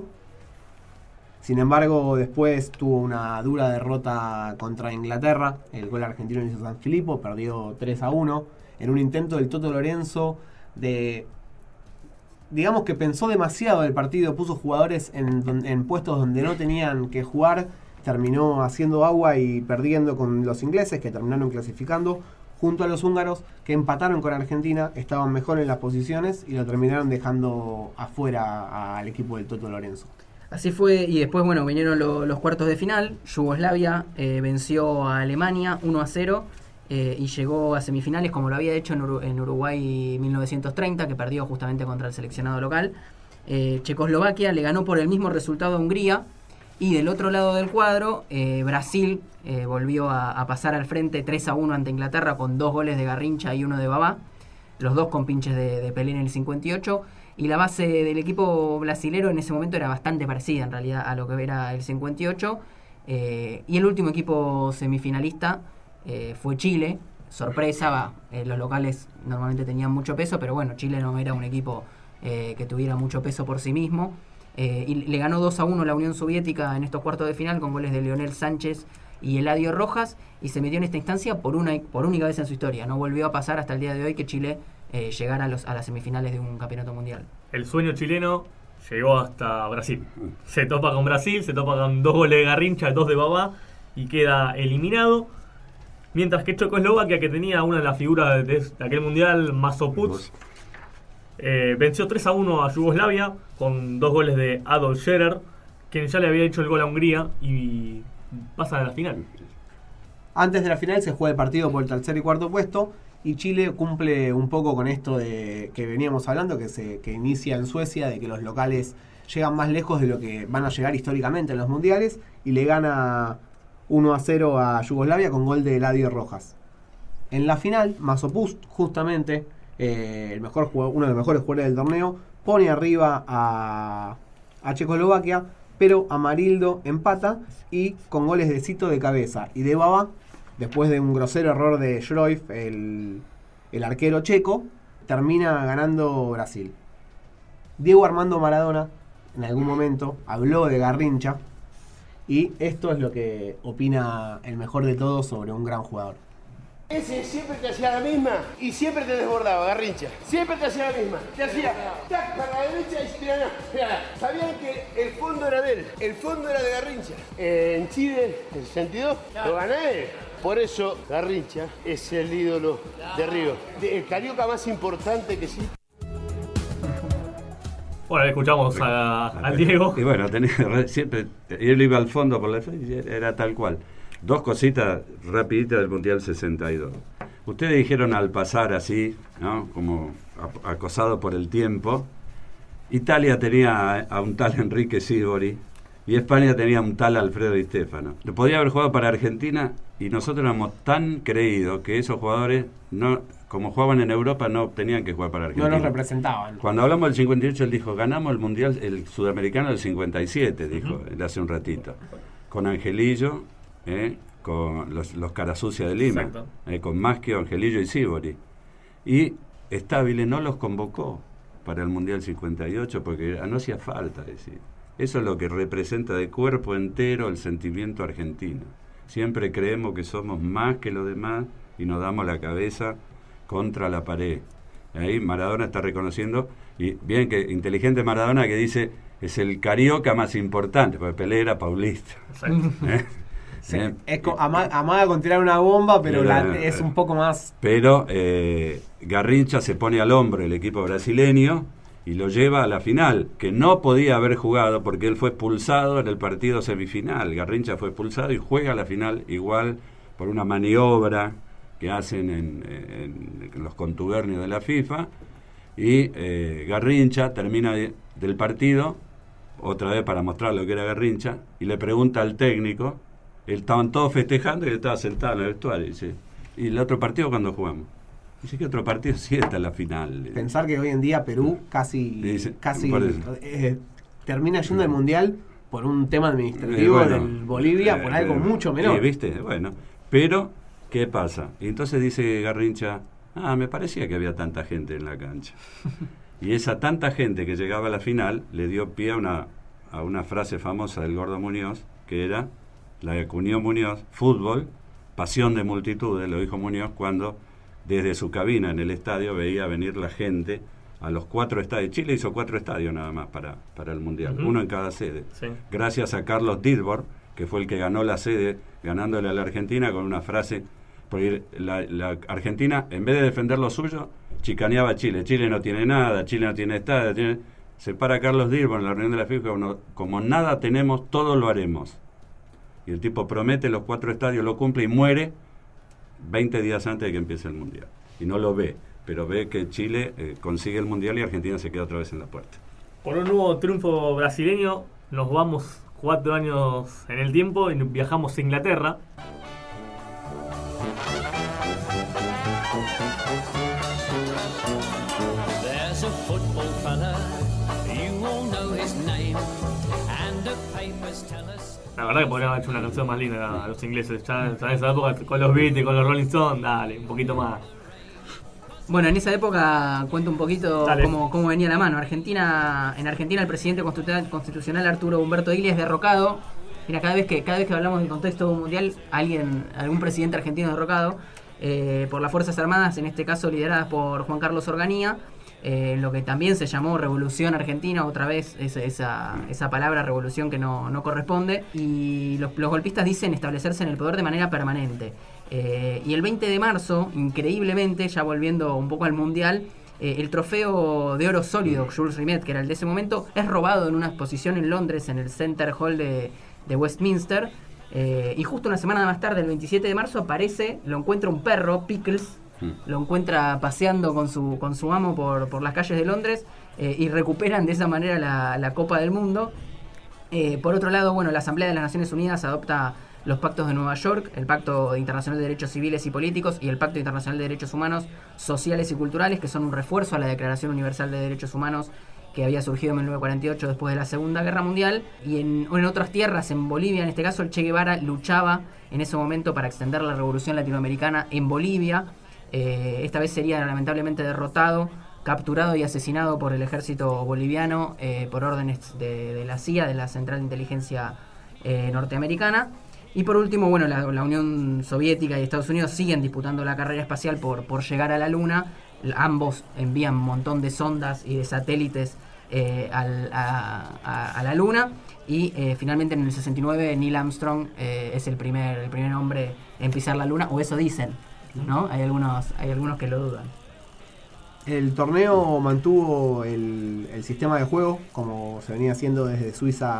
Sin embargo, después tuvo una dura derrota contra Inglaterra. El gol argentino lo hizo Sanfilippo, perdió 3-1, en un intento del Toto Lorenzo digamos que pensó demasiado el partido, puso jugadores en puestos donde no tenían que jugar, terminó haciendo agua y perdiendo con los ingleses, que terminaron clasificando, junto a los húngaros, que empataron con Argentina, estaban mejor en las posiciones y lo terminaron dejando afuera al equipo del Toto Lorenzo. Así fue, y después, bueno, vinieron los cuartos de final. Yugoslavia venció a Alemania 1-0 y llegó a semifinales, como lo había hecho en Uruguay 1930, que perdió justamente contra el seleccionado local. Checoslovaquia le ganó por el mismo resultado a Hungría, y del otro lado del cuadro, Brasil volvió a pasar al frente 3-1 ante Inglaterra con 2 goles de Garrincha y 1 de Babá, los dos con pinches de Pelé en el 58. Y la base del equipo brasilero en ese momento era bastante parecida en realidad a lo que era el 58. Y el último equipo semifinalista fue Chile. Sorpresa, los locales normalmente tenían mucho peso, pero bueno, Chile no era un equipo que tuviera mucho peso por sí mismo. Y le ganó 2-1 la Unión Soviética en estos cuartos de final con goles de Leonel Sánchez y Eladio Rojas, y se metió en esta instancia por única vez en su historia. No volvió a pasar hasta el día de hoy que Chile llegar a las semifinales de un campeonato mundial. El sueño chileno llegó hasta Brasil. Se topa con Brasil, se topa con 2 goles de Garrincha, 2 de Babá, y queda eliminado. Mientras que Checoslovaquia, que tenía una de las figuras de aquel mundial, Masopust, venció 3-1 a Yugoslavia con 2 goles de Adolf Scherer, quien ya le había hecho el gol a Hungría, y pasa a la final. Antes de la final se juega el partido por el tercer y cuarto puesto, y Chile cumple un poco con esto de que veníamos hablando, que inicia en Suecia, de que los locales llegan más lejos de lo que van a llegar históricamente en los mundiales, y le gana 1-0 a Yugoslavia con gol de Eladio Rojas. En la final, Masopust, justamente, uno de los mejores jugadores del torneo, pone arriba a Checoslovaquia, pero Amarildo empata, y con goles de Cito de cabeza y de Babá, después de un grosero error de Cruyff, el arquero checo, termina ganando Brasil. Diego Armando Maradona en algún momento habló de Garrincha, y esto es lo que opina el mejor de todos sobre un gran jugador. Ese siempre te hacía la misma y siempre te desbordaba, Garrincha. Siempre te hacía la misma. Te hacía tac para la derecha y se tiraba. Sabían que el fondo era de él, el fondo era de Garrincha. En Chile, en el 62, lo gana él. Por eso Garrincha es el ídolo de Río. El carioca más importante que sí. Bueno, escuchamos al Diego. Y bueno, siempre él iba al fondo por la fe y era tal cual. 2 cositas rapiditas del Mundial 62. Ustedes dijeron al pasar así, ¿no? Como acosado por el tiempo, Italia tenía a un tal Enrique Sivori y España tenía un tal Alfredo Di Stéfano. Lo podía haber jugado para Argentina, y nosotros éramos tan creídos que esos jugadores, no, como jugaban en Europa, no tenían que jugar para Argentina. No nos representaban. Cuando hablamos del 58, él dijo, ganamos el Mundial, el Sudamericano del 57, dijo él hace un ratito. Con Angelillo, con los Carasucia de Lima, con Maschio, Angelillo y Sivori. Y Stabile no los convocó para el Mundial 58 porque no hacía falta decir. Eso es lo que representa de cuerpo entero el sentimiento argentino. Siempre creemos que somos más que los demás y nos damos la cabeza contra la pared. Ahí Maradona está reconociendo, y bien que inteligente Maradona, que dice es el carioca más importante, porque Pelé era paulista. Sí, amaga con tirar una bomba, pero es un poco más. Pero Garrincha se pone al hombro el equipo brasileño y lo lleva a la final, que no podía haber jugado porque él fue expulsado en el partido semifinal. Garrincha fue expulsado y juega la final igual por una maniobra que hacen en los contubernios de la FIFA, y Garrincha termina del partido otra vez para mostrar lo que era Garrincha, y le pregunta al técnico, estaban todos festejando y él estaba sentado en el vestuario, y dice, ¿y el otro partido cuándo jugamos? Dice, ¿qué otro partido? Sí, está en la final. Pensar que hoy en día Perú casi termina yendo al Mundial por un tema administrativo del Bolivia, por algo mucho menor. ¿Viste? Bueno, pero ¿qué pasa? Y entonces dice Garrincha, me parecía que había tanta gente en la cancha. Y esa tanta gente que llegaba a la final le dio pie a una frase famosa del Gordo Muñoz, que era, la acuñó Muñoz, fútbol, pasión de multitudes, lo dijo Muñoz cuando desde su cabina en el estadio veía venir la gente a los 4 estadios. Chile hizo 4 estadios nada más para el Mundial, uno en cada sede. Sí. Gracias a Carlos Dilbor, que fue el que ganó la sede, ganándole a la Argentina con una frase, porque la Argentina, en vez de defender lo suyo, chicaneaba a Chile. Chile no tiene nada, Chile no tiene estadio, se para Carlos Dirbo en la reunión de la FIFA, como nada tenemos, todo lo haremos. Y el tipo promete los 4 estadios, lo cumple y muere 20 días antes de que empiece el Mundial. Y no lo ve, pero ve que Chile consigue el Mundial y Argentina se queda otra vez en la puerta. Por un nuevo triunfo brasileño, nos vamos 4 años en el tiempo y viajamos a Inglaterra. La verdad que podrían haber hecho una canción más linda a los ingleses. Ya en esa época, con los Beatles, con los Rolling Stones, dale, un poquito más. Bueno, en esa época cuento un poquito cómo venía la mano. En Argentina el presidente constitucional Arturo Umberto Illia es derrocado. Mira, cada vez que hablamos del contexto mundial, algún presidente argentino derrocado por las Fuerzas Armadas, en este caso lideradas por Juan Carlos Organía, lo que también se llamó Revolución Argentina, otra vez esa palabra revolución que no corresponde, y los golpistas dicen establecerse en el poder de manera permanente. Y el 20 de marzo, increíblemente, ya volviendo un poco al Mundial, el trofeo de oro sólido Jules Rimet, que era el de ese momento, es robado en una exposición en Londres, en el Center Hall de Westminster, y justo una semana más tarde, el 27 de marzo, lo encuentra un perro, Pickles, lo encuentra paseando con su amo por las calles de Londres, y recuperan de esa manera la Copa del Mundo. Por otro lado, bueno, la Asamblea de las Naciones Unidas adopta los pactos de Nueva York, el Pacto Internacional de Derechos Civiles y Políticos y el Pacto Internacional de Derechos Humanos, Sociales y Culturales, que son un refuerzo a la Declaración Universal de Derechos Humanos que había surgido en 1948 después de la Segunda Guerra Mundial. Y en otras tierras, en Bolivia en este caso, el Che Guevara luchaba en ese momento para extender la revolución latinoamericana en Bolivia. Esta vez sería lamentablemente derrotado, capturado y asesinado por el ejército boliviano por órdenes de la CIA, de la Central de Inteligencia norteamericana. Y por último, bueno, la Unión Soviética y Estados Unidos siguen disputando la carrera espacial por llegar a la Luna. Ambos envían un montón de sondas y de satélites a la Luna. Y finalmente en el 69 Neil Armstrong es el primer hombre en pisar la Luna, o eso dicen, ¿no? Hay algunos que lo dudan. El torneo mantuvo el sistema de juego como se venía haciendo desde Suiza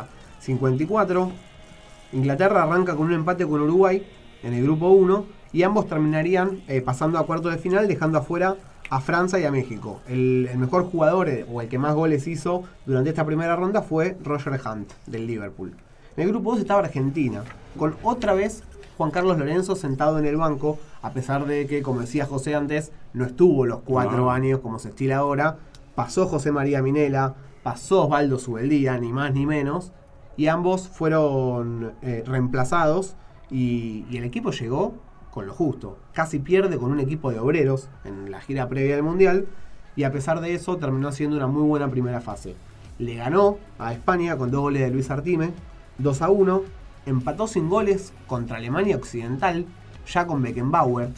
54. Inglaterra arranca con un empate con Uruguay en el grupo 1 y ambos terminarían pasando a cuartos de final, dejando afuera a Francia y a México. El mejor jugador o el que más goles hizo durante esta primera ronda fue Roger Hunt del Liverpool. En el grupo 2 estaba Argentina, con otra vez Juan Carlos Lorenzo sentado en el banco, a pesar de que, como decía José antes, no estuvo los 4 años como se estila ahora. Pasó José María Minella, pasó Osvaldo Subeldía, ni más ni menos, y ambos fueron reemplazados y el equipo llegó con lo justo. Casi pierde con un equipo de obreros en la gira previa del Mundial y a pesar de eso terminó siendo una muy buena primera fase. Le ganó a España con 2 goles de Luis Artime, 2-1, empató sin goles contra Alemania Occidental, ya con Beckenbauer,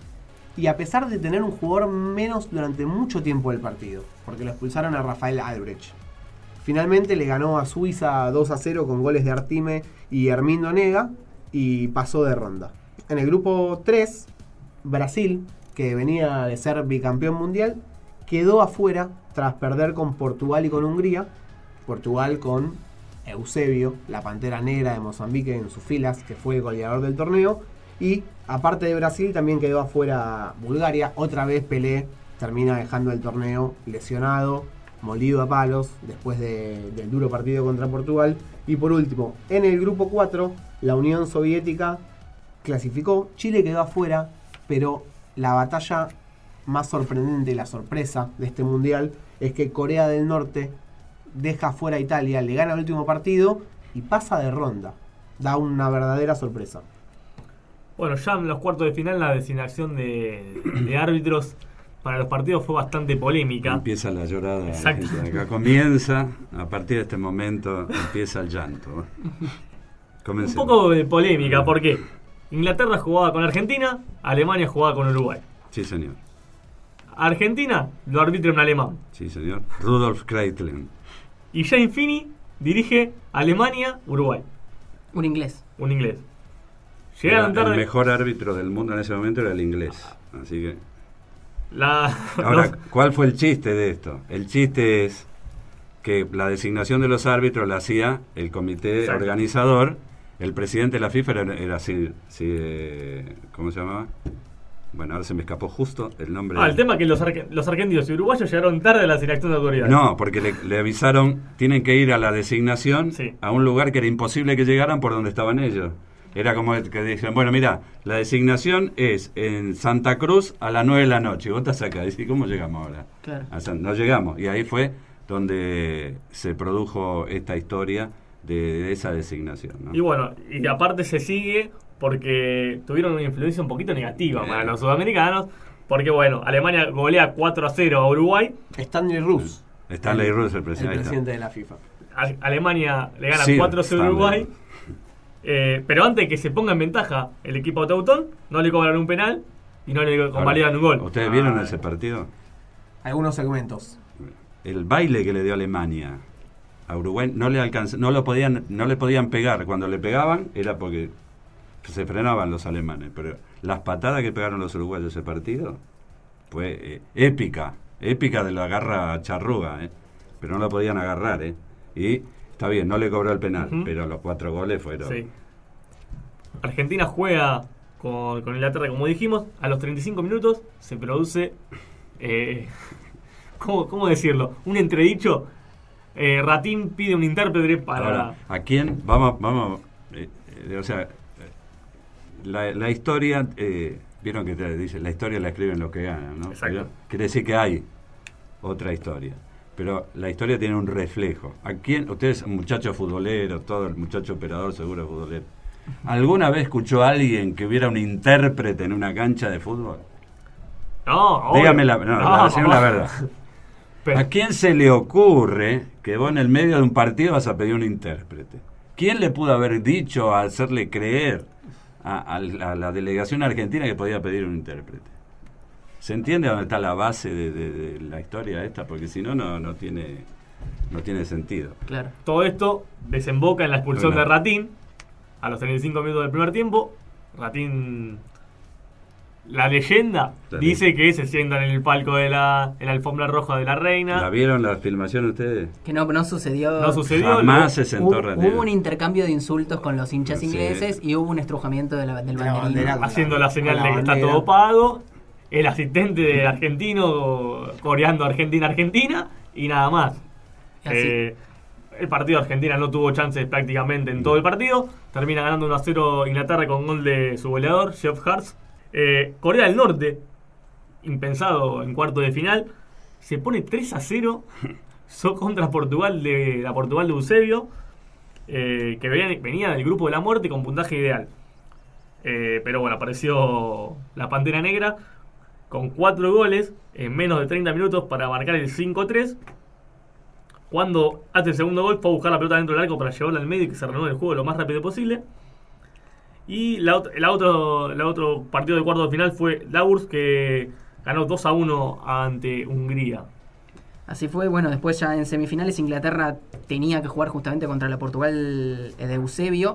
y a pesar de tener un jugador menos durante mucho tiempo del partido, porque lo expulsaron a Rafael Albrecht. Finalmente le ganó a Suiza 2-0 con goles de Artime y Hermindo Nega y pasó de ronda. En el grupo 3, Brasil, que venía de ser bicampeón mundial, quedó afuera tras perder con Portugal y con Hungría. Portugal con Eusebio, la Pantera Negra de Mozambique, en sus filas, que fue el goleador del torneo. Y aparte de Brasil también quedó afuera Bulgaria. Otra vez Pelé termina dejando el torneo lesionado, molido a palos después del duro partido contra Portugal. Y por último, en el grupo 4, la Unión Soviética clasificó, Chile quedó afuera, pero la batalla más sorprendente, la sorpresa de este mundial, es que Corea del Norte deja afuera a Italia, le gana el último partido y pasa de ronda. Da una verdadera sorpresa. Bueno, ya en los cuartos de final la designación de árbitros para los partidos fue bastante polémica. Empieza la llorada. Exacto. Acá comienza, a partir de este momento empieza el llanto. Un poco de polémica, ¿por qué? Inglaterra jugaba con Argentina, Alemania jugaba con Uruguay. Sí, señor. Argentina lo arbitra un alemán. Sí, señor. Rudolf Kreitlen. Y James Finney dirige Alemania-Uruguay. Un inglés. Un inglés. Llegaron tarde. El mejor árbitro del mundo en ese momento era el inglés. Así que. Ahora, los- ¿cuál fue el chiste de esto? El chiste es que la designación de los árbitros la hacía el comité Exacto. organizador. El presidente de la FIFA era así, ¿cómo se llamaba? Bueno, ahora se me escapó justo el nombre. el tema es que los argentinos y uruguayos llegaron tarde a la selección de autoridades. No, porque le avisaron, tienen que ir a la designación Sí. a un lugar que era imposible que llegaran por donde estaban ellos. Era como que dijeron, bueno, mira, la designación es en Santa Cruz a las 9 de la noche. Y vos estás acá. Y ¿cómo llegamos ahora? Claro. No llegamos. Y ahí fue donde se produjo esta historia de esa designación, ¿no? Y bueno, y aparte se sigue porque tuvieron una influencia un poquito negativa para los sudamericanos. Porque bueno, Alemania golea 4-0 a Uruguay. Stanley Roos. Stanley Roos, el El presidente. Ahí está. presidente de la FIFA. Alemania le gana Sí, 4-0 a Stanley. Uruguay. Pero antes de que se ponga en ventaja el equipo Teutón, no le cobran un penal y no le convalidan un gol. ¿Ustedes vieron ese partido? Algunos segmentos. El baile que le dio Alemania a Uruguay no le alcanzó, no le podían pegar. Cuando le pegaban era porque se frenaban los alemanes, pero las patadas que pegaron los uruguayos ese partido fue épica de la garra charruga, pero no la podían agarrar, y está bien, no le cobró el penal, pero los 4 goles fueron. Sí. Argentina juega con Inglaterra, como dijimos. A los 35 minutos se produce, ¿cómo decirlo? Un entredicho. Ratín pide un intérprete para... Ahora, ¿a quién? Vamos, o sea, la historia, vieron que te dice, la historia la escriben los que ganan, ¿no? Exacto. Quiere decir que hay otra historia, pero la historia tiene un reflejo. ¿A quién? Ustedes, muchachos futboleros, todo el muchacho operador seguro futbolero, ¿alguna vez escuchó a alguien que hubiera un intérprete en una cancha de fútbol? No, Dígame obvio. decime la verdad. Pero- ¿A quién se le ocurre que vos en el medio de un partido vas a pedir un intérprete? ¿Quién le pudo haber dicho, a hacerle creer a la delegación argentina que podía pedir un intérprete? ¿Se entiende dónde está la base de la historia esta? Porque si no, no tiene sentido. Claro. Todo esto desemboca en la expulsión Bueno. de Ratín a los 35 minutos del primer tiempo. Ratín, la leyenda, Claro. dice que se sienta en el palco en la alfombra roja de la reina. ¿La vieron la filmación ustedes? Que no sucedió. No sucedió. Jamás se sentó Hubo, Ratín. hubo un intercambio de insultos con los hinchas Sí. ingleses y hubo un estrujamiento del la banderín. bandera. Haciendo la señal Con de la que está bandera. todo pago. El asistente de argentino coreando Argentina y nada más. Así. El partido de Argentina no tuvo chances prácticamente en todo el partido. Termina ganando 1-0 Inglaterra con gol de su goleador, Geoff Hurst. Corea del Norte, impensado en cuarto de final, se pone 3-0 contra Portugal de Eusebio, que venía del grupo de la muerte con puntaje ideal. Pero bueno, apareció la Pantera Negra con 4 goles en menos de 30 minutos para marcar el 5-3. Cuando hace el segundo gol, fue a buscar la pelota dentro del arco para llevarla al medio y que se renueve el juego lo más rápido posible. Y el otro partido de cuarto de final fue Laurs, que ganó 2-1 ante Hungría. Así fue, bueno, después ya en semifinales Inglaterra tenía que jugar justamente contra la Portugal de Eusebio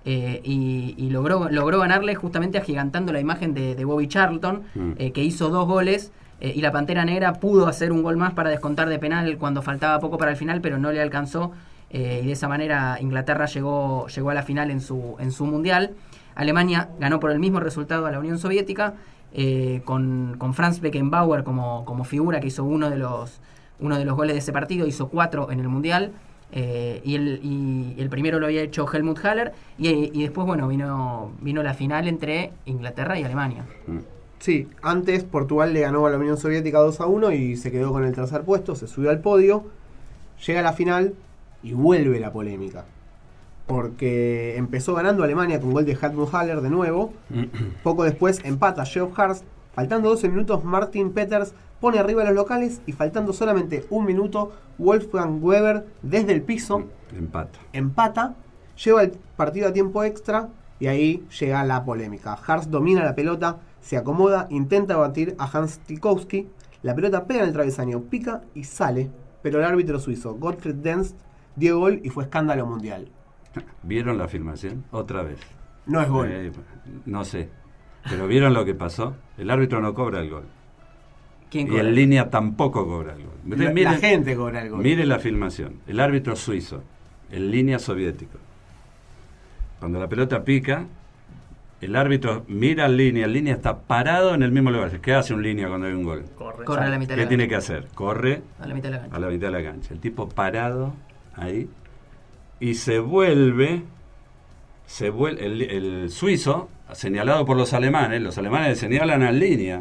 y logró ganarle justamente agigantando la imagen de Bobby Charlton, que hizo 2 goles y la Pantera Negra pudo hacer un gol más para descontar de penal cuando faltaba poco para el final, pero no le alcanzó y de esa manera Inglaterra llegó a la final en su mundial. Alemania ganó por el mismo resultado a la Unión Soviética con Franz Beckenbauer como figura que hizo uno de los goles de ese partido, hizo 4 en el Mundial y el primero lo había hecho Helmut Haller y después bueno vino la final entre Inglaterra y Alemania. Sí, antes Portugal le ganó a la Unión Soviética 2-1 y se quedó con el tercer puesto, se subió al podio, llega a la final y vuelve la polémica. Porque empezó ganando Alemania con gol de Helmut Haller de nuevo. Poco después empata Geoff Hurst. Faltando 12 minutos, Martin Peters pone arriba a los locales y faltando solamente 1 minuto, Wolfgang Weber desde el piso empata, lleva el partido a tiempo extra y ahí llega la polémica. Hurst domina la pelota, se acomoda, intenta batir a Hans Tikowski, la pelota pega en el travesaño, pica y sale, pero el árbitro suizo Gottfried Denst dio gol y fue escándalo mundial. ¿Vieron la filmación? Otra vez. No es gol. No sé. Pero ¿vieron lo que pasó? El árbitro no cobra el gol. ¿Quién Y cobra? en línea tampoco cobra el gol. La gente cobra el gol. Mire la filmación. El árbitro suizo, en línea soviético. Cuando la pelota pica, el árbitro mira en línea está parado en el mismo lugar. ¿Qué hace un línea cuando hay un gol? Corre a la mitad de ¿Qué la tiene cancha. que hacer? Corre A la mitad de la cancha. a la mitad de la cancha. El tipo parado ahí y se vuelve el suizo, señalado por los alemanes señalan en línea.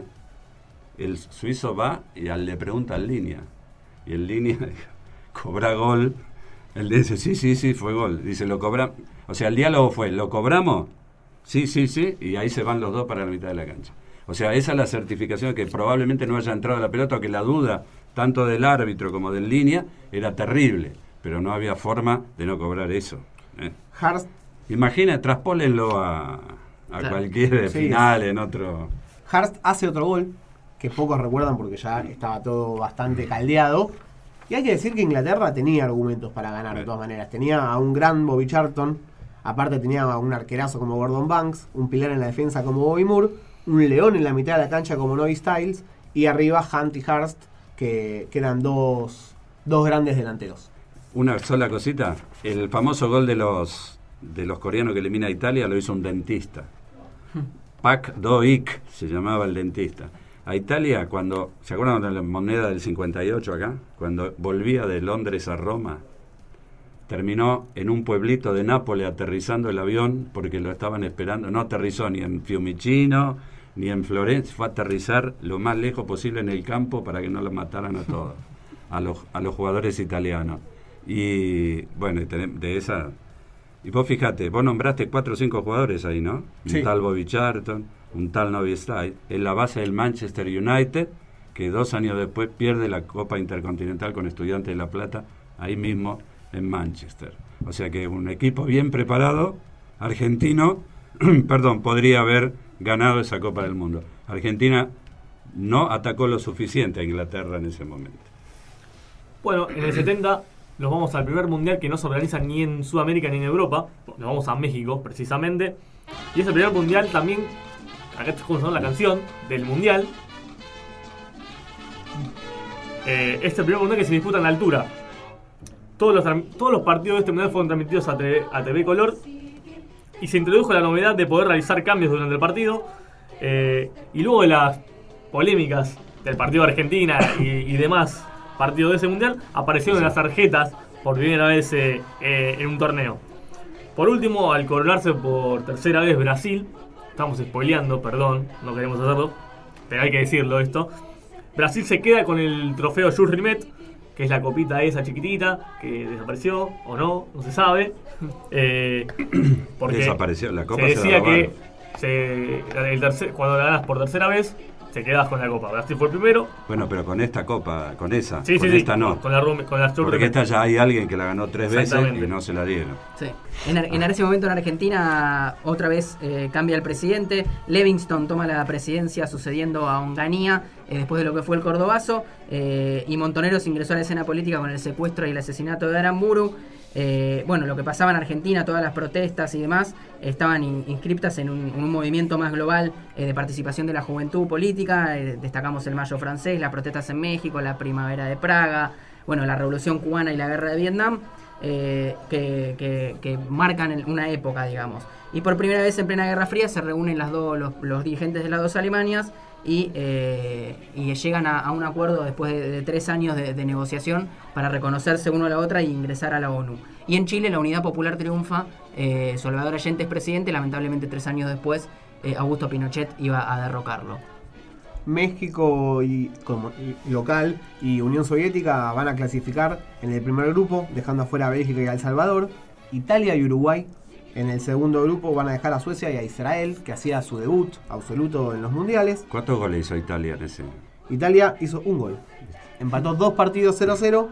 El suizo va y le pregunta en línea. Y en línea cobra gol. Él dice, sí, fue gol. Dice, lo cobramos. O sea, el diálogo fue, ¿lo cobramos? Sí. Y ahí se van los dos para la mitad de la cancha. O sea, esa es la certificación de que probablemente no haya entrado la pelota, o que la duda, tanto del árbitro como del línea, era terrible. Pero no había forma de no cobrar eso. Harst, Imagina, traspólenlo a Claro. cualquier Sí, final en otro... Harst hace otro gol que pocos recuerdan porque ya estaba todo bastante caldeado. Y hay que decir que Inglaterra tenía argumentos para ganar de todas maneras. Tenía a un gran Bobby Charlton, aparte tenía a un arquerazo como Gordon Banks, un pilar en la defensa como Bobby Moore, un león en la mitad de la cancha como Novi Styles, y arriba Hunt y Harst, que eran dos grandes delanteros. Una sola cosita, el famoso gol de los coreanos que elimina a Italia lo hizo un dentista. Pak Do-ik se llamaba el dentista. A Italia, cuando, ¿se acuerdan de la moneda del 58 acá? Cuando volvía de Londres a Roma, terminó en un pueblito de Nápoles aterrizando el avión porque lo estaban esperando. No aterrizó ni en Fiumicino ni en Florencia, fue a aterrizar lo más lejos posible en el campo para que no lo mataran a todos, a los jugadores italianos. Y bueno, de esa... Y vos fijate, vos nombraste 4 o 5 jugadores ahí, ¿no? Sí. Un tal Bobby Charlton, un tal Novi Styles, es la base del Manchester United, que 2 años después pierde la Copa Intercontinental con Estudiantes de La Plata, ahí mismo en Manchester. O sea que un equipo bien preparado, argentino, podría haber ganado esa Copa del Mundo. Argentina no atacó lo suficiente a Inglaterra en ese momento. Bueno, en el 70 nos vamos al primer mundial que no se organiza ni en Sudamérica ni en Europa. Nos vamos a México, precisamente. Y es el primer mundial también. Acá está escuchando la canción del mundial. Es el primer mundial que se disputa en altura. Todos los partidos de este mundial fueron transmitidos a TV Color. Y se introdujo la novedad de poder realizar cambios durante el partido. Y luego de las polémicas del partido de Argentina y demás partidos de ese mundial, aparecieron las tarjetas por primera vez en un torneo. Por último, al coronarse por tercera vez Brasil, estamos spoileando, perdón, no queremos hacerlo, pero hay que decirlo esto. Brasil se queda con el trofeo Jules Rimet, que es la copita esa chiquitita que desapareció o no se sabe. Porque desapareció, la copa se decía robaron. que cuando la ganas por tercera vez te quedas con la copa. Brasil fue el primero. Bueno, pero con esta copa, con esa, Sí, con sí, esta no. con la Jules Porque Rimet. esta ya hay alguien que la ganó 3 veces Exactamente. y no se la dieron. Sí. En ese momento en Argentina otra vez cambia el presidente. Livingston toma la presidencia sucediendo a Onganía después de lo que fue el Cordobazo, y Montoneros ingresó a la escena política con el secuestro y el asesinato de Aramburu. Bueno, lo que pasaba en Argentina, todas las protestas y demás estaban inscriptas en un movimiento más global de participación de la juventud política. Destacamos el Mayo francés, las protestas en México, la Primavera de Praga, bueno, la Revolución Cubana y la Guerra de Vietnam, que marcan una época, digamos. Y por primera vez en plena Guerra Fría se reúnen los dirigentes de las dos Alemanias y llegan a un acuerdo después de 3 años de negociación para reconocerse uno a la otra y ingresar a la ONU. Y en Chile la Unidad Popular triunfa, Salvador Allende es presidente, lamentablemente 3 años después Augusto Pinochet iba a derrocarlo. México y local y Unión Soviética van a clasificar en el primer grupo, dejando afuera a Bélgica y a El Salvador. Italia y Uruguay en el segundo grupo van a dejar a Suecia y a Israel, que hacía su debut absoluto en los mundiales. ¿Cuántos goles hizo Italia en ese? Italia hizo un gol. Empató 2 partidos 0-0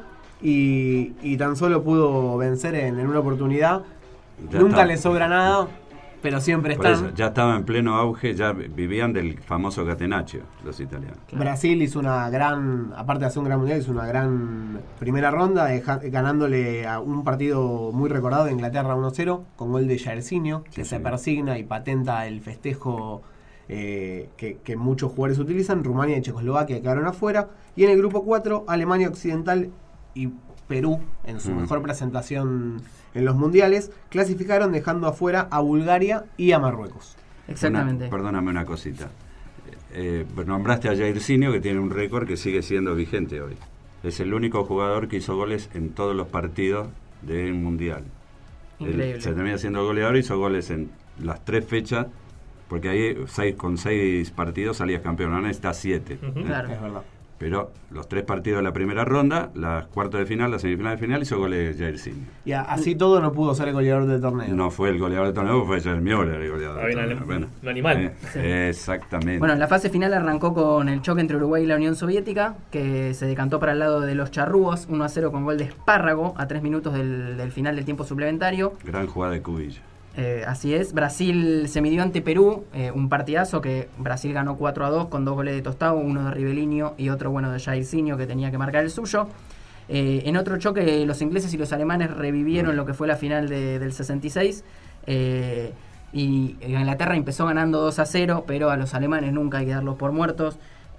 y tan solo pudo vencer en una oportunidad. Ya Nunca está. le sobra nada. pero siempre Por están. eso, ya estaba en pleno auge, ya vivían del famoso catenaccio los italianos. Claro. Brasil hizo una gran, aparte de hacer un gran mundial, hizo una gran primera ronda, ganándole a un partido muy recordado de Inglaterra 1-0, con gol de Jairzinho, que se persigna y patenta el festejo que muchos jugadores utilizan. Rumania y Checoslovaquia quedaron afuera. Y en el grupo 4, Alemania Occidental y Perú, en su mejor presentación en los mundiales, clasificaron dejando afuera a Bulgaria y a Marruecos. Exactamente. Perdóname una cosita. Nombraste a Jairzinho, que tiene un récord que sigue siendo vigente hoy. Es el único jugador que hizo goles en todos los partidos del mundial. Increíble. Se termina siendo goleador, hizo goles en las 3 fechas, porque ahí con 6 partidos salías campeón, ahora está 7. Claro. Es verdad. Pero los 3 partidos de la primera ronda, las cuartos de final, la semifinal de final, hizo goles de Jairzinho. Y así todo no pudo ser el goleador del torneo. No fue el goleador del torneo, fue Jair Müller el goleador del torneo. Bueno, un animal. Exactamente. Bueno, la fase final arrancó con el choque entre Uruguay y la Unión Soviética, que se decantó para el lado de los charrúos, 1-0 con gol de Espárrago a 3 minutos del final del tiempo suplementario. Gran jugada de Cubillo. Así es, Brasil se midió ante Perú, un partidazo que Brasil ganó 4-2 con 2 goles de Tostao, uno de Rivelino y otro bueno de Jairzinho, que tenía que marcar el suyo. En otro choque, los ingleses y los alemanes revivieron lo que fue la final del 66, y Inglaterra empezó ganando 2-0, pero a los alemanes nunca hay que darlos por muertos.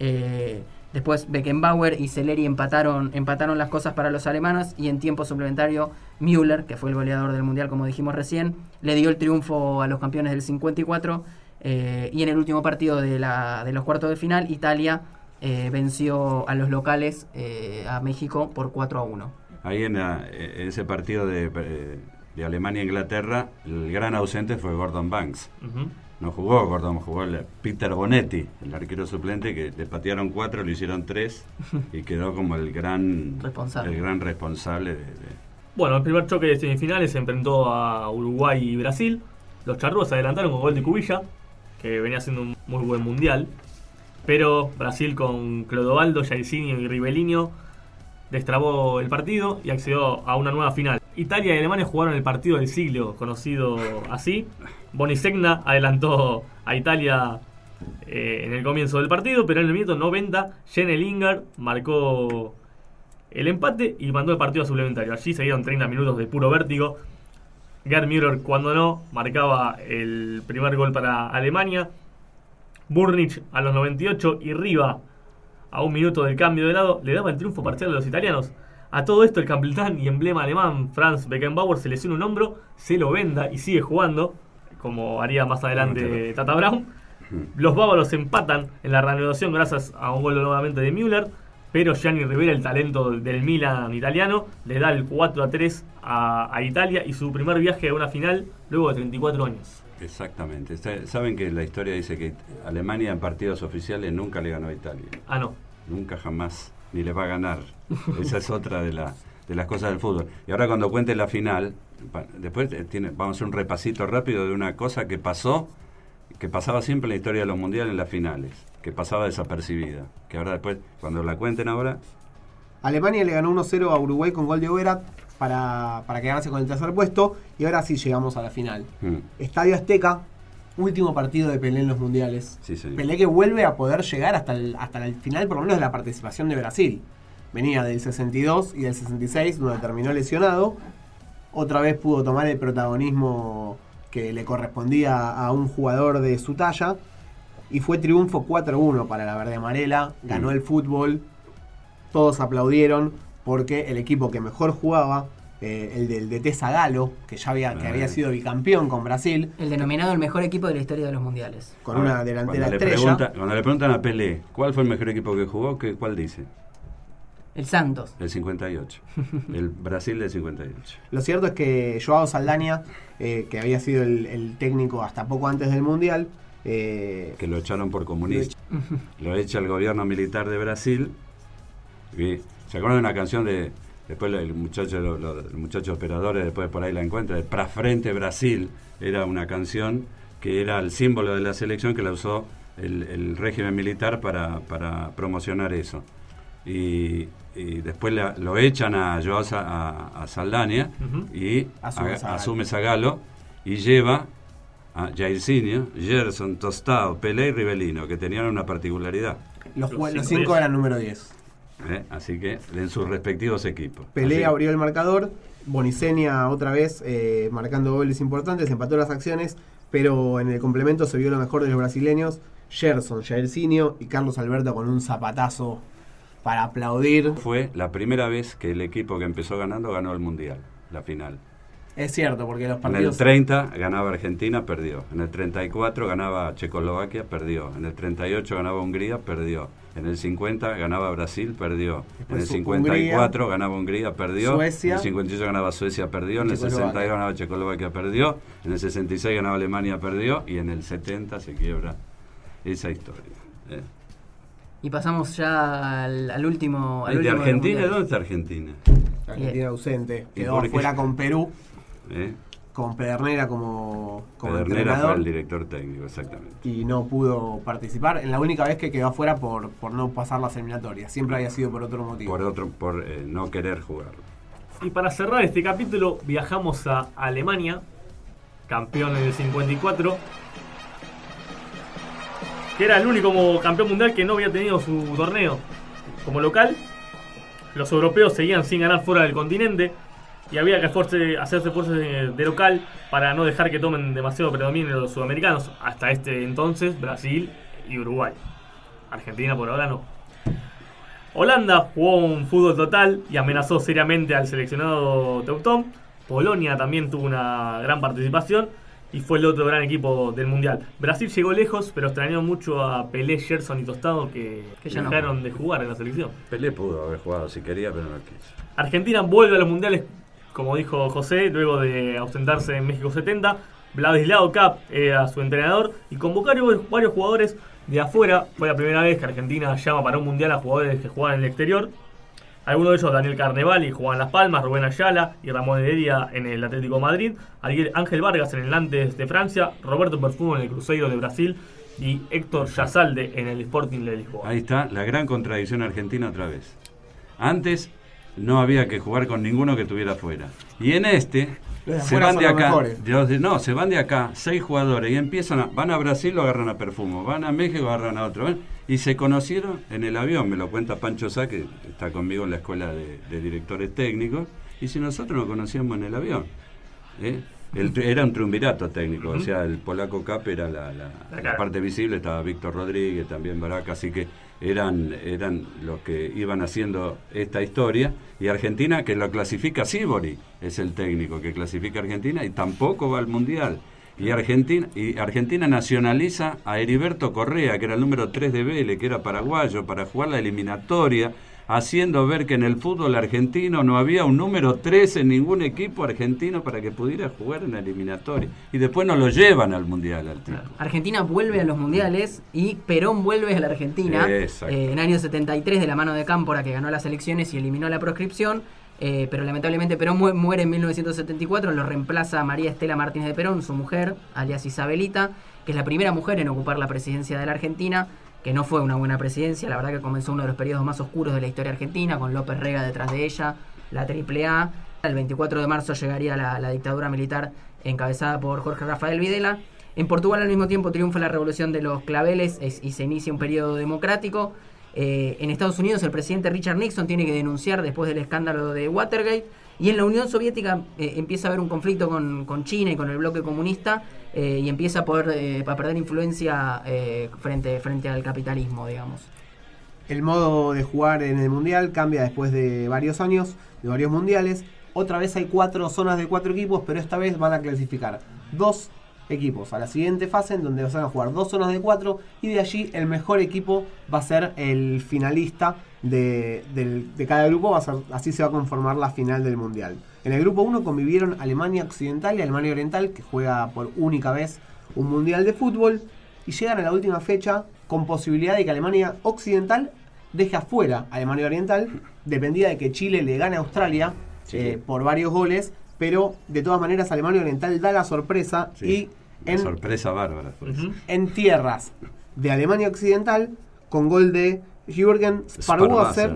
Después Beckenbauer y Seleri empataron las cosas para los alemanes, y en tiempo suplementario Müller, que fue el goleador del Mundial como dijimos recién, le dio el triunfo a los campeones del 54, y en el último partido de los cuartos de final, Italia venció a los locales, a México, por 4-1. Ahí en ese partido de Alemania-Inglaterra, el gran ausente fue Gordon Banks. No jugó Gordon, jugó Peter Bonetti, el arquero suplente, que le patearon 4, le hicieron 3 y quedó como el gran responsable Bueno, el primer choque de semifinales se enfrentó a Uruguay y Brasil. Los charrúas se adelantaron con gol de Cubilla, que venía haciendo un muy buen mundial. Pero Brasil, con Clodovaldo, Jairzinho y Rivelino, destrabó el partido y accedió a una nueva final. Italia y Alemania jugaron el partido del siglo, conocido así. Bonisegna adelantó a Italia en el comienzo del partido, pero en el minuto 90 Jene Lingard marcó el empate y mandó el partido a suplementario. Allí seguieron 30 minutos de puro vértigo. Gerd Müller, cuando no, marcaba el primer gol para Alemania. Burnich a los 98 y Riva, a un minuto del cambio de lado, le daba el triunfo parcial a los italianos. A todo esto, el capitán y emblema alemán Franz Beckenbauer se lesiona un hombro, se lo venda y sigue jugando, como haría más adelante Tata Brown. Los bávaros empatan en la reanudación gracias a un gol nuevamente de Müller, pero Gianni Rivera, el talento del Milan italiano, le da el 4-3 a Italia y su primer viaje a una final luego de 34 años. Exactamente. Saben que la historia dice que Alemania en partidos oficiales nunca le ganó a Italia. Ah, no. Nunca, jamás, ni le va a ganar. Esa es otra de las cosas del fútbol. Y ahora cuando cuente la final, después vamos a hacer un repasito rápido de una cosa que pasó, que pasaba siempre en la historia de los mundiales en las finales, que pasaba desapercibida. Que ahora después, cuando la cuenten ahora... Alemania le ganó 1-0 a Uruguay con gol de Oberat para quedarse con el tercer puesto, y ahora sí llegamos a la final. Estadio Azteca, último partido de Pelé en los mundiales. Sí, Pelé que vuelve a poder llegar hasta el final, por lo menos de la participación de Brasil. Venía del 62 y del 66, donde terminó lesionado. Otra vez pudo tomar el protagonismo que le correspondía a un jugador de su talla, y fue triunfo 4-1 para la verde amarela. Ganó el fútbol, todos aplaudieron, porque el equipo que mejor jugaba, el del DT Zagallo, que había sido bicampeón con Brasil, el denominado el mejor equipo de la historia de los mundiales, con una delantera estrella. Cuando le preguntan a Pelé ¿cuál fue el mejor equipo que jugó? ¿Cuál dice? El Santos. El 58. El Brasil del 58. Lo cierto es que Joao Saldaña, que había sido el técnico hasta poco antes del Mundial, que lo echaron por comunista, lo echa el gobierno militar de Brasil. Y ¿se acuerdan de una canción de después los muchachos operadores después por ahí la encuentran, de Pra Frente Brasil? Era una canción que era el símbolo de la selección, que la usó el régimen militar para promocionar eso. Y después lo echan a Joao a Saldaña, y asume Zagallo, y lleva Jairzinho, Gerson, Tostao, Pelé y Rivellino, que tenían una particularidad. Los 5 eran número 10. Así que en sus respectivos equipos. Pelé abrió el marcador, Boniceña otra vez marcando goles importantes, empató las acciones, pero en el complemento se vio lo mejor de los brasileños, Gerson, Jairzinho y Carlos Alberto con un zapatazo para aplaudir. Fue la primera vez que el equipo que empezó ganando ganó el Mundial, la final. Es cierto, porque los En partidos... el 30 ganaba Argentina, perdió. En el 34 ganaba Checoslovaquia, perdió. En el 38 ganaba Hungría, perdió. En el 50 ganaba Brasil, perdió. En el 54 ganaba Hungría, perdió. Suecia. En el 58 ganaba Suecia, perdió. En el 62 ganaba Checoslovaquia, perdió. En el 66 ganaba Alemania, perdió. Y en el 70 se quiebra esa historia. Y pasamos ya al último. ¿De Argentina? ¿Dónde está Argentina? Argentina ausente. Quedó afuera con Perú. Con Pedernera como Pedernera entrenador. fue el director técnico, exactamente. Y no pudo participar. En la única vez que quedó afuera por no pasar las eliminatorias. Siempre había sido por otro motivo. Por no querer jugar. Y para cerrar este capítulo, viajamos a Alemania, campeón en el 54, que era el único campeón mundial que no había tenido su torneo como local. Los europeos seguían sin ganar fuera del continente y había que hacerse fuerzas de local para no dejar que tomen demasiado predominio los sudamericanos. Hasta este entonces, Brasil y Uruguay. Argentina por ahora no. Holanda jugó un fútbol total y amenazó seriamente al seleccionado teutón. Polonia también tuvo una gran participación y fue el otro gran equipo del mundial. Brasil llegó lejos, pero extrañó mucho a Pelé, Gerson y Tostado que ya dejaron de jugar en la selección. Pelé pudo haber jugado si quería, pero no quiso. Argentina vuelve a los mundiales, como dijo José, luego de ausentarse en México 70. Vladislao Cap era su entrenador y convocaron varios jugadores de afuera. Fue la primera vez que Argentina llama para un mundial a jugadores que jugaban en el exterior. Algunos de ellos, Daniel Carnevali, jugaba en Las Palmas, Rubén Ayala y Ramón Heredia en el Atlético de Madrid, Ángel Vargas en el Nantes de Francia, Roberto Perfumo en el Cruzeiro de Brasil y Héctor Yazalde en el Sporting de Lisboa. Ahí está la gran contradicción argentina otra vez. Antes no había que jugar con ninguno que estuviera afuera. Y en se van de acá, se van de acá 6 jugadores y van a Brasil, lo agarran a Perfumo, van a México, agarran a otro, y se conocieron en el avión. Me lo cuenta Pancho Sá, que está conmigo en la escuela de directores técnicos, y si nosotros nos conocíamos en el avión, era un triunvirato técnico. O sea, el polaco Cap era la parte visible, estaba Víctor Rodríguez, también Baraca, así que eran los que iban haciendo esta historia. Y Argentina, que lo clasifica Sívori, es el técnico que clasifica a Argentina y tampoco va al Mundial. Y Argentina nacionaliza a Heriberto Correa, que era el número 3 de Vélez, que era paraguayo, para jugar la eliminatoria, haciendo ver que en el fútbol argentino no había un número 3 en ningún equipo argentino para que pudiera jugar en la eliminatoria. Y después no lo llevan al Mundial al tipo. Argentina vuelve a los mundiales y Perón vuelve a la Argentina en año 73 de la mano de Cámpora, que ganó las elecciones y eliminó la proscripción. Pero lamentablemente Perón muere en 1974, lo reemplaza María Estela Martínez de Perón, su mujer, alias Isabelita, que es la primera mujer en ocupar la presidencia de la Argentina, que no fue una buena presidencia. La verdad que comenzó uno de los periodos más oscuros de la historia argentina, con López Rega detrás de ella, la AAA. El 24 de marzo llegaría la dictadura militar encabezada por Jorge Rafael Videla. En Portugal al mismo tiempo triunfa la revolución de los claveles y se inicia un periodo democrático. En Estados Unidos el presidente Richard Nixon tiene que denunciar después del escándalo de Watergate, y en la Unión Soviética empieza a haber un conflicto con China y con el bloque comunista, y empieza a perder influencia frente al capitalismo, digamos. El modo de jugar en el Mundial cambia después de varios años, de varios mundiales. Otra vez hay 4 zonas de 4 equipos, pero esta vez van a clasificar 2 equipos a la siguiente fase, en donde van a jugar 2 zonas de 4, y de allí el mejor equipo va a ser el finalista de cada grupo. Así se va a conformar la final del Mundial. En el grupo 1 convivieron Alemania Occidental y Alemania Oriental, que juega por única vez un Mundial de fútbol, y llegan a la última fecha con posibilidad de que Alemania Occidental deje afuera a Alemania Oriental. Dependía de que Chile le gane a Australia por varios goles, pero de todas maneras Alemania Oriental da la sorpresa, y sorpresa bárbara. En tierras de Alemania Occidental, con gol de Jürgen Sparwasser,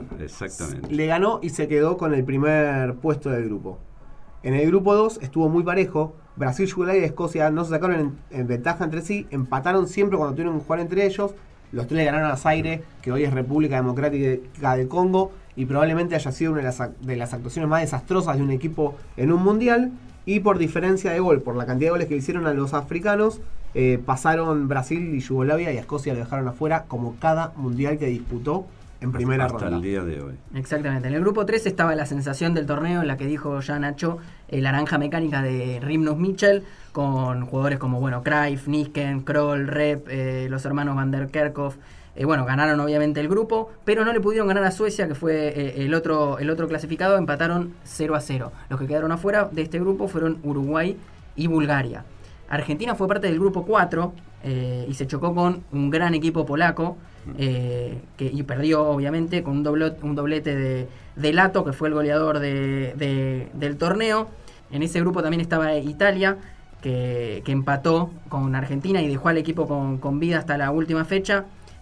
le ganó y se quedó con el primer puesto del grupo. En el grupo 2 estuvo muy parejo, Brasil, Yugoslavia y Escocia no se sacaron en ventaja entre sí, empataron siempre cuando tuvieron que jugar entre ellos. Los tres le ganaron a Zaire, que hoy es República Democrática del Congo, y probablemente haya sido una de las actuaciones más desastrosas de un equipo en un mundial. Y por diferencia de gol, por la cantidad de goles que hicieron a los africanos, pasaron Brasil y Yugoslavia, y a Escocia lo dejaron afuera, como cada mundial que disputó en primera ronda. Hasta el día de hoy. Exactamente. En el grupo 3 estaba la sensación del torneo, en la que dijo ya Nacho, la naranja mecánica de Rimnus Michel, con jugadores como Cruyff, Nisken, Kroll, Rep, los hermanos Van der Kerkhoff. Ganaron obviamente el grupo, pero no le pudieron ganar a Suecia, que fue el otro clasificado. Empataron 0-0. Los que quedaron afuera de este grupo fueron Uruguay y Bulgaria. Argentina fue parte del grupo 4 y se chocó con un gran equipo polaco, y perdió obviamente con un doblete de Lato, que fue el goleador del torneo. En ese grupo también estaba Italia, que empató con Argentina y dejó al equipo con vida hasta la última fecha,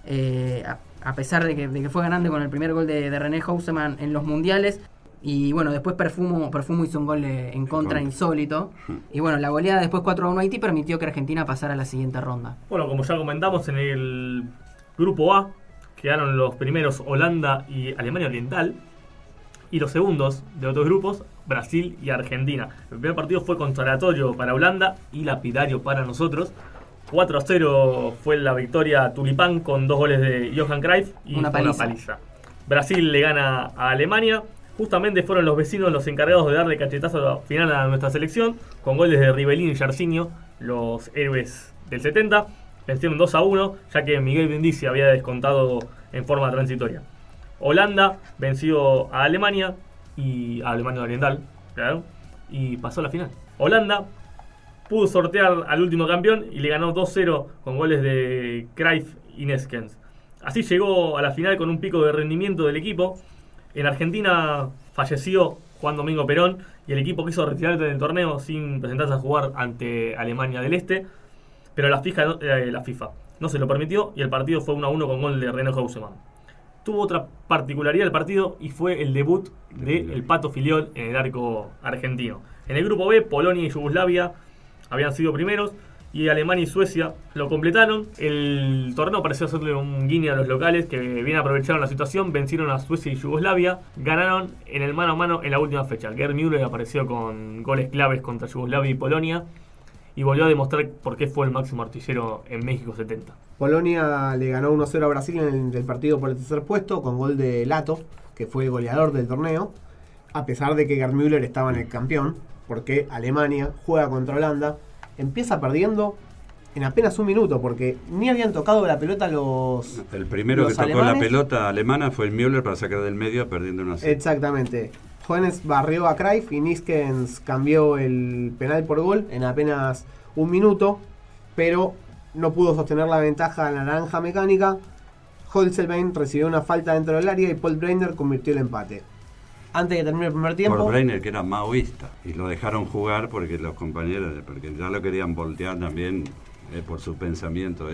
a pesar de que fue ganando con el primer gol de René Houseman en los mundiales. Y después Perfumo hizo un gol en contra insólito. Y la goleada después 4-1 Haití permitió que Argentina pasara a la siguiente ronda. Como ya comentamos, en el grupo A quedaron los primeros Holanda y Alemania Oriental, y los segundos de otros grupos, Brasil y Argentina. El primer partido fue consolatorio para Holanda y lapidario para nosotros. 4-0 fue la victoria tulipán, con 2 goles de Johan Cruyff y una paliza. Brasil le gana a Alemania. Justamente fueron los vecinos los encargados de darle cachetazo final a nuestra selección, con goles de Rivellini y Jarcinho, los héroes del 70. Vencieron 2-1, ya que Miguel Brindisi había descontado en forma transitoria. Holanda venció a Alemania y a Alemania Oriental, claro, y pasó a la final. Holanda pudo sortear al último campeón y le ganó 2-0 con goles de Cruyff y Neskens. Así llegó a la final con un pico de rendimiento del equipo. En Argentina falleció Juan Domingo Perón y el equipo quiso retirarse del torneo sin presentarse a jugar ante Alemania del Este, pero la FIFA no se lo permitió y el partido fue 1-1 con gol de René Houseman. Tuvo otra particularidad el partido y fue el debut del Pato Filiol en el arco argentino. En el grupo B, Polonia y Yugoslavia habían sido primeros y Alemania y Suecia lo completaron. El torneo pareció hacerle un guiño a los locales, que bien aprovecharon la situación, vencieron a Suecia y Yugoslavia, ganaron en el mano a mano en la última fecha. Gerd Müller apareció con goles claves contra Yugoslavia y Polonia y volvió a demostrar por qué fue el máximo artillero en México 70. Polonia le ganó 1-0 a Brasil en el partido por el tercer puesto, con gol de Lato, que fue el goleador del torneo, a pesar de que Gerd Müller estaba en el campeón, porque Alemania juega contra Holanda, empieza perdiendo en apenas un minuto, porque ni habían tocado la pelota los El primero los que tocó alemanes. la pelota alemana fue el Müller para sacar del medio, perdiendo 1-0. Exactamente. Jones barrió a Cruyff y Niskens cambió el penal por gol en apenas un minuto, pero no pudo sostener la ventaja en la naranja mecánica. Holzelbein recibió una falta dentro del área y Paul Breitner convirtió el empate. Antes de que termine el primer tiempo... Por Breitner, que era maoísta, y lo dejaron jugar porque los compañeros, porque ya lo querían voltear también, por su pensamiento,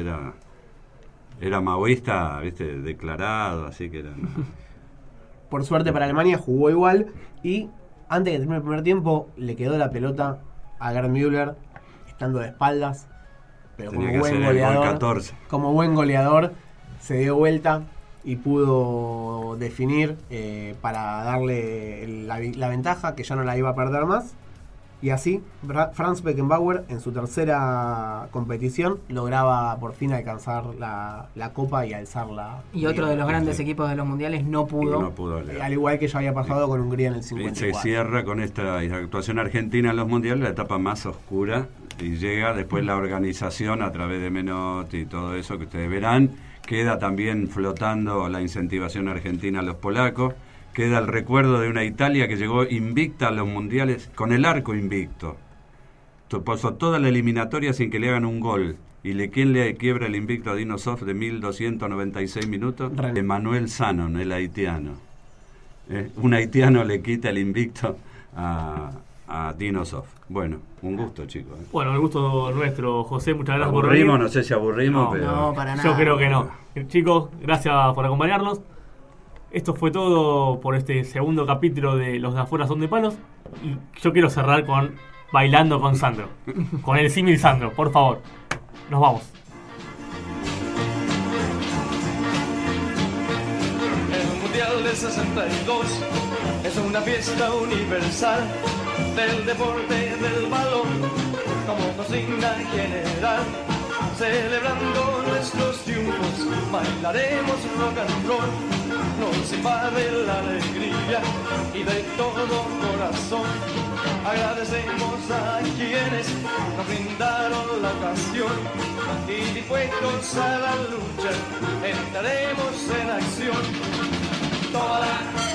era maoísta, ¿viste? Declarado, así que era... Por suerte para Alemania jugó igual, y antes de que termine el primer tiempo le quedó la pelota a Gerd Müller estando de espaldas, pero Tenía como buen goleador se dio vuelta y pudo definir para darle la ventaja, que ya no la iba a perder más. Y así Franz Beckenbauer, en su tercera competición, lograba por fin alcanzar la copa y alzarla. Y otro de los grandes equipos de los mundiales no pudo. Al igual que ya había pasado con Hungría en el 54. Se cierra con esta actuación argentina en los mundiales, la etapa más oscura, y llega después la organización a través de Menotti y todo eso que ustedes verán. Queda también flotando la incentivación argentina a los polacos. Queda el recuerdo de una Italia que llegó invicta a los mundiales, con el arco invicto. Pasó toda la eliminatoria sin que le hagan un gol. ¿Y quién le quiebra el invicto a Dino Zoff de 1296 minutos? Emmanuel Sanon, el haitiano. Un haitiano le quita el invicto a Dino Zoff. Bueno, un gusto, chicos. Bueno, el gusto nuestro, José, muchas gracias por venir. venir. No sé si aburrimos, pero... No, para nada. Yo creo que no. Chicos, gracias por acompañarnos. Esto fue todo por este segundo capítulo de Los de Afuera Son de Palos. Y yo quiero cerrar con bailando con Sandro. Con el símil Sandro, por favor. Nos vamos. El Mundial del 62 es una fiesta universal del deporte del balón como consigna general. Celebrando nuestros triunfos, bailaremos rock and roll. Nos invade la alegría y de todo corazón agradecemos a quienes nos brindaron la ocasión y dispuestos a la lucha entraremos en acción. Toda la